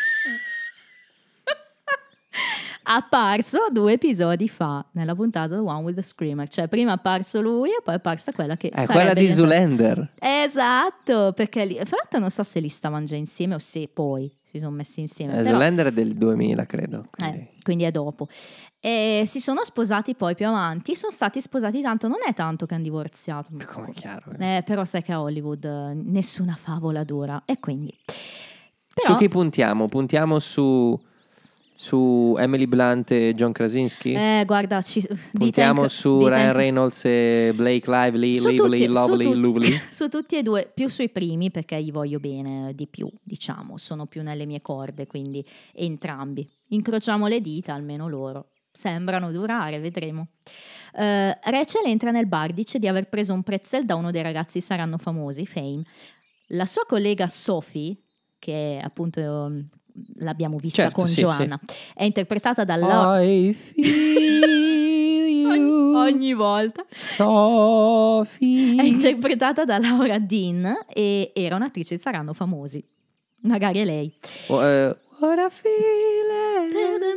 Apparso 2 episodi fa nella puntata The One with the Screamer, cioè prima è apparso lui e poi è apparsa quella che È sarebbe quella di diventata- Zoolander. Esatto, perché lì, fra l'altro non so se li stavano già insieme o se poi si sono messi insieme, però, Zoolander è del 2000, credo. quindi è dopo. E si sono sposati poi più avanti, sono stati sposati tanto, non è tanto che hanno divorziato. Come chiaro. Però sai che a Hollywood nessuna favola dura e quindi... Però, Su chi puntiamo? Puntiamo su Emily Blunt e John Krasinski? guarda, Puntiamo su Ryan Reynolds e Blake Lively, Lovely. Su tutti e due, più sui primi perché gli voglio bene di più, diciamo, sono più nelle mie corde, quindi entrambi. Incrociamo le dita, almeno loro. Sembrano durare, vedremo. Rachel entra nel bar, dice di aver preso un pretzel da uno dei ragazzi Saranno Famosi, Fame. La sua collega Sophie, che appunto l'abbiamo vista Certo, con sì, Joanna, è interpretata da Laura. I feel you, Ogni volta Sophie. è interpretata da Laura Dean e era un'attrice di Saranno Famosi. Magari è lei. What I feel,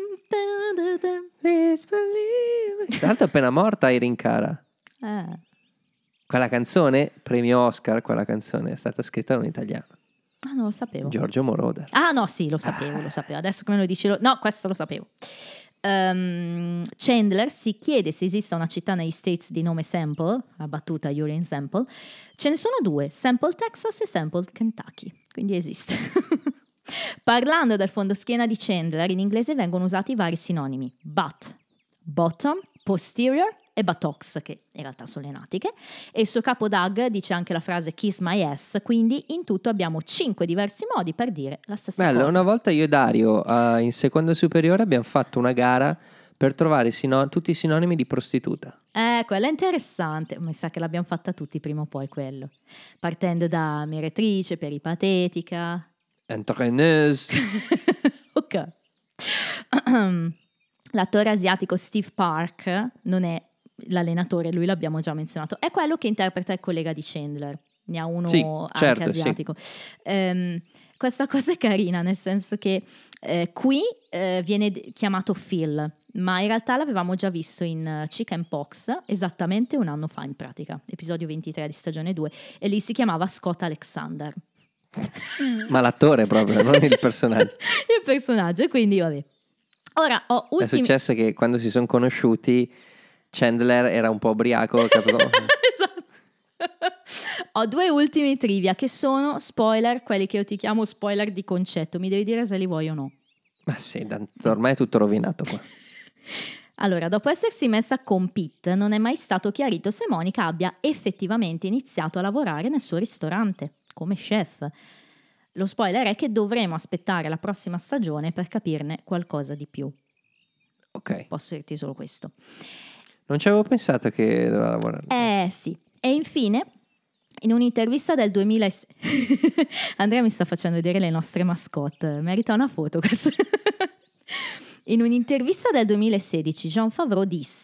please believe. Tra l'altro è appena morta Irene Cara. Quella canzone, premio Oscar, quella canzone è stata scritta da un italiano, Ah, non lo sapevo. Giorgio Moroder. Ah, no, sì, lo sapevo. Adesso che me lo dici, no, questo lo sapevo. Chandler si chiede se esista una città negli States di nome Sample, la battuta Urine Sample. Ce ne sono 2, Sample Texas e Sample Kentucky, quindi esiste. Parlando del fondoschiena di Chandler, in inglese vengono usati vari sinonimi: butt, bottom, posterior e buttocks, che in realtà sono le natiche, e il suo capo Doug dice anche la frase kiss my ass, quindi in tutto abbiamo 5 diversi modi per dire la stessa Bello, cosa. una volta io e Dario in seconda superiore abbiamo fatto una gara per trovare tutti i sinonimi di prostituta. Quella è interessante, mi sa che l'abbiamo fatta tutti prima o poi quello, partendo da meretrice, peripatetica. Entreneuse. Ok. L'attore asiatico Steve Park non è l'allenatore, lui l'abbiamo già menzionato, è quello che interpreta il collega di Chandler, ne ha uno Sì, anche certo, asiatico. Questa cosa è carina, nel senso che qui viene chiamato Phil, ma in realtà l'avevamo già visto in Chicken Pox esattamente un anno fa in pratica, episodio 23 di stagione 2, e lì si chiamava Scott Alexander. Ma l'attore proprio, non il personaggio. Il personaggio, quindi vabbè. Ora ho È ultimi... successo che quando si sono conosciuti Chandler era un po' ubriaco, capito? Esatto. Ho 2 ultimi trivia che sono spoiler, quelli che io ti chiamo spoiler di concetto. Mi devi dire se li vuoi o no. Ma sì, ormai è tutto rovinato qua. Allora, dopo essersi messa con Pete, non è mai stato chiarito se Monica abbia effettivamente iniziato a lavorare nel suo ristorante come chef. Lo spoiler è che dovremo aspettare la prossima stagione per capirne qualcosa di più. Ok. Posso dirti solo questo. Non ci avevo pensato che doveva lavorare. Sì. E infine, in un'intervista del 2006... Andrea mi sta facendo vedere le nostre mascotte. Merita una foto questo. In un'intervista del 2016 Jon Favreau disse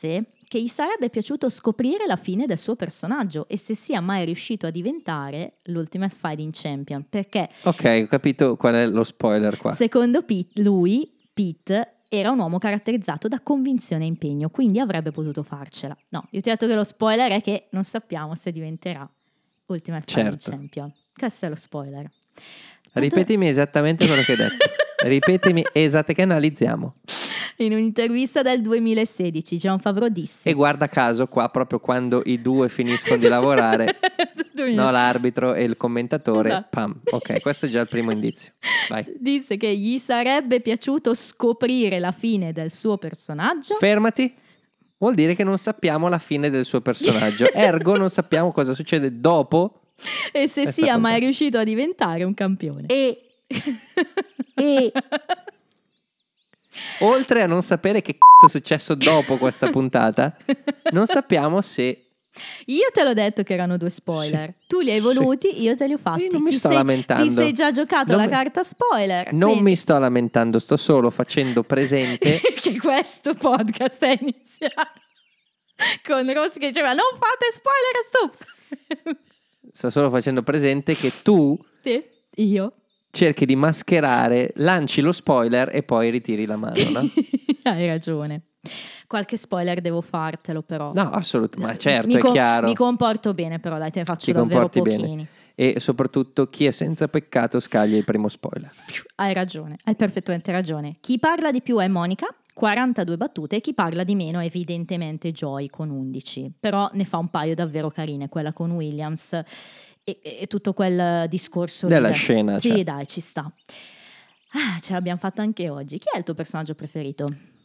che gli sarebbe piaciuto scoprire la fine del suo personaggio e se sia mai riuscito a diventare l'Ultimate Fighting Champion, perché Ok, ho capito qual è lo spoiler qua. secondo Pete era un uomo caratterizzato da convinzione e impegno, quindi avrebbe potuto farcela. No, io ti ho detto che lo spoiler è che non sappiamo se diventerà Ultimate Fighting Certo. Champion. Questo è lo spoiler. Ripetimi esattamente quello che hai detto. Ripetimi esattamente, che analizziamo. In un'intervista del 2016 Jon Favreau disse E guarda caso qua, proprio quando i due finiscono di lavorare, no, l'arbitro e il commentatore, Esatto. pam. Ok, questo è già il primo indizio. Vai. disse che gli sarebbe piaciuto scoprire la fine del suo personaggio. Fermati. Vuol dire che non sappiamo la fine del suo personaggio. Ergo non sappiamo cosa succede dopo. E se Questa sia mai puntata. riuscito a diventare un campione. E oltre a non sapere che cazzo è successo dopo questa puntata, non sappiamo se... Io te l'ho detto che erano 2 spoiler. Tu li hai voluti, io te li ho fatti. Io non mi Ti sto sei- lamentando. Ti sei già giocato Non la mi- carta spoiler. Non quindi- mi sto lamentando, sto solo facendo presente... che questo podcast è iniziato con Rossi che diceva non fate spoiler a stu. Sto solo facendo presente che tu Sì, io. cerchi di mascherare, lanci lo spoiler e poi ritiri la mano, no? Hai ragione. Qualche spoiler devo fartelo però. No, assolutamente, ma certo, Mi è chiaro. Mi comporto bene però, dai, te ne faccio Ti davvero comporti pochini. bene. E soprattutto chi è senza peccato scaglia il primo spoiler. Hai ragione, hai perfettamente ragione. Chi parla di più è Monica, 42 battute, e chi parla di meno è evidentemente Joy con 11. Però ne fa un paio davvero carine, quella con Williams e tutto quel discorso lì. Della scena, Sì, certo. dai, ci sta. Ah, ce l'abbiamo fatta anche oggi. Chi è il tuo personaggio preferito?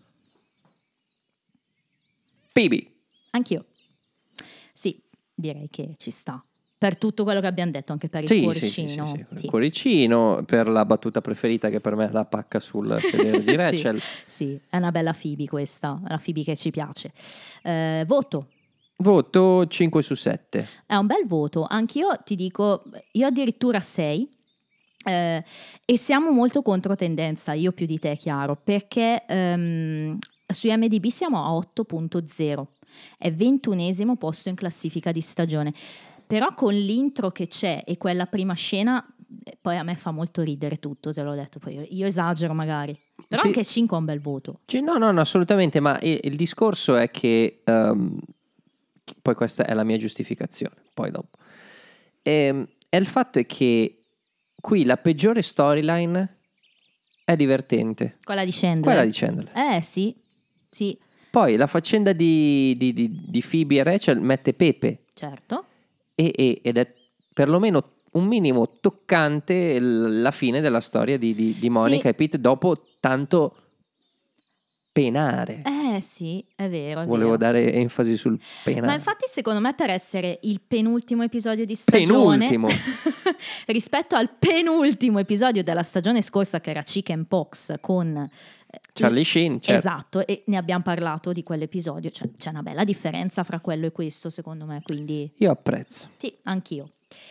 Phoebe. Anch'io. Sì, direi che ci sta. Per tutto quello che abbiamo detto, anche per il Sì, cuoricino. sì. Sì. Il cuoricino, per la battuta preferita che per me è la pacca sul sedere di Rachel. Sì, è una bella Phoebe questa, è una Phoebe che ci piace. Voto. Voto 5 su 7. È un bel voto, anch'io ti dico, io addirittura 6 e siamo molto contro tendenza, io più di te, chiaro, perché su IMDb siamo a 8.0, è 21esimo posto in classifica di stagione, però con l'intro che c'è e quella prima scena, poi a me fa molto ridere tutto, te l'ho detto, poi io esagero magari, però anche 5 è un bel voto. No, assolutamente, ma il discorso è che... poi questa è la mia giustificazione, poi dopo. E il fatto è che qui la peggiore storyline è divertente. Quella di Chandler. Quella di Chandler. Sì. Poi la faccenda di Phoebe e Rachel mette pepe. Certo. Ed è perlomeno un minimo toccante la fine della storia di Monica Sì. e Pete dopo tanto penare. Sì, è vero. Volevo dare enfasi sul penare. Ma infatti secondo me per essere il penultimo episodio di stagione Penultimo. rispetto al penultimo episodio della stagione scorsa che era Chicken Pox con Charlie Sheen, certo. Esatto, e ne abbiamo parlato di quell'episodio, c'è una bella differenza fra quello e questo secondo me, quindi Io apprezzo. sì, anch'io.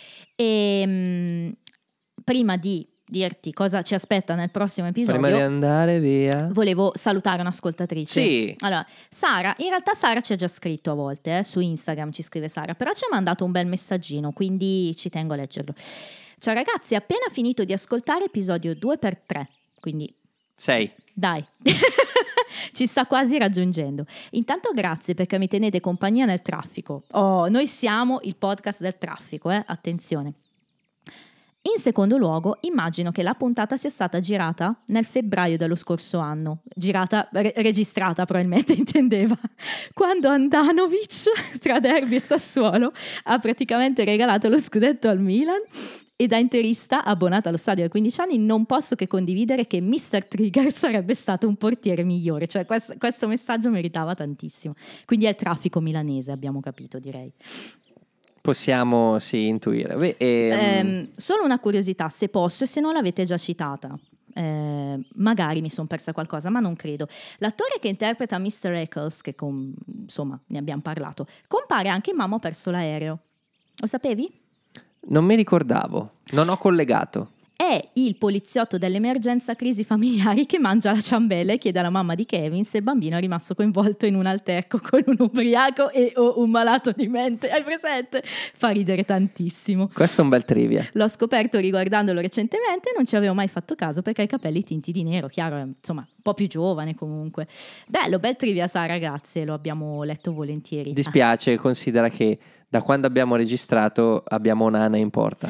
E prima di dirti cosa ci aspetta nel prossimo episodio, Prima di andare via. volevo salutare un'ascoltatrice. Sì. Allora, Sara, in realtà Sara ci ha già scritto a volte, su Instagram ci scrive Sara, però ci ha mandato un bel messaggino, quindi ci tengo a leggerlo. Ciao ragazzi, appena finito di ascoltare episodio 2x3, quindi 6. dai, ci sta quasi raggiungendo. Intanto grazie perché mi tenete compagnia nel traffico. Oh, noi siamo il podcast del traffico, attenzione. In secondo luogo, immagino che la puntata sia stata girata nel febbraio dello scorso anno. Registrata probabilmente intendeva. Quando Andanovic, tra Derby e Sassuolo, ha praticamente regalato lo scudetto al Milan. E da interista, abbonata allo stadio ai 15 anni, non posso che condividere che Mr. Trigger sarebbe stato un portiere migliore. Cioè questo messaggio meritava tantissimo. Quindi è il traffico milanese, abbiamo capito, direi. Possiamo intuire. Solo una curiosità, se posso, e se non l'avete già citata. Magari mi sono persa qualcosa, ma non credo. L'attore che interpreta Mr. Eccles, che insomma ne abbiamo parlato, compare anche in Mamma ho perso l'aereo. Lo sapevi? Non mi ricordavo, non ho collegato. è il poliziotto dell'emergenza crisi familiari che mangia la ciambella e chiede alla mamma di Kevin se il bambino è rimasto coinvolto in un alterco con un ubriaco e o un malato di mente. Hai presente? Fa ridere tantissimo. Questo è un bel trivia. L'ho scoperto riguardandolo recentemente e non ci avevo mai fatto caso perché ha i capelli tinti di nero, chiaro, è, insomma, un po' più giovane comunque. Bello, bel trivia, Sara, grazie, lo abbiamo letto volentieri. Dispiace, considera che da quando abbiamo registrato abbiamo Nana in porta.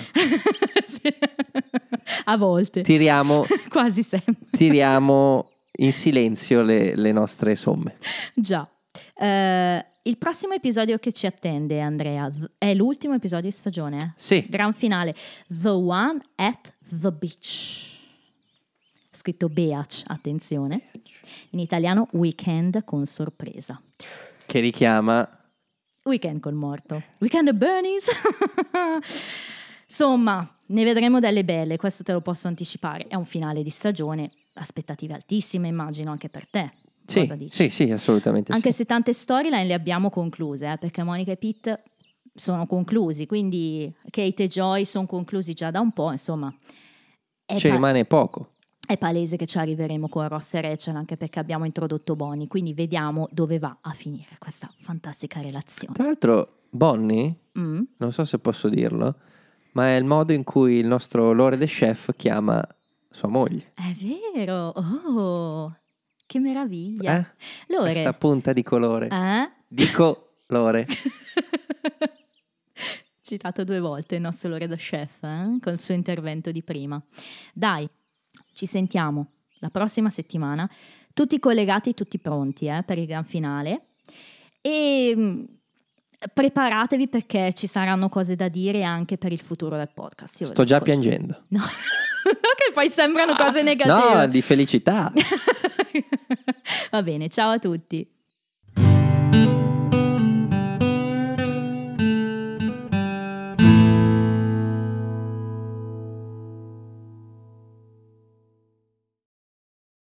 A volte. Tiriamo Quasi sempre. Tiriamo in silenzio le nostre somme. Già. Il prossimo episodio che ci attende, Andrea, è l'ultimo episodio di stagione. Sì. Gran finale. The One at the Beach. Scritto Beach, attenzione. In italiano Weekend con sorpresa. Che richiama Weekend col morto. Weekend at Bernie's. Insomma, ne vedremo delle belle, questo te lo posso anticipare. È un finale di stagione, aspettative altissime, immagino anche per te. Cosa dici? Sì, assolutamente. Anche sì. se tante storyline le abbiamo concluse, perché Monica e Pete sono conclusi, quindi Kate e Joy sono conclusi già da un po', insomma. Ci rimane poco. È palese che ci arriveremo con Ross e Rachel, anche perché abbiamo introdotto Bonnie, quindi vediamo dove va a finire questa fantastica relazione. Tra l'altro, Bonnie, non so se posso dirlo, ma è il modo in cui il nostro Lore the Chef chiama sua moglie. È vero, oh, che meraviglia. Lore. Questa punta di colore. Dico Lore. Citato 2 volte il nostro Lore the Chef, col suo intervento di prima. Dai, ci sentiamo la prossima settimana, tutti collegati, tutti pronti per il gran finale. E preparatevi perché ci saranno cose da dire anche per il futuro del podcast. Io Sto già piangendo. No. Che poi sembrano cose negative. No, di felicità. Va bene, ciao a tutti.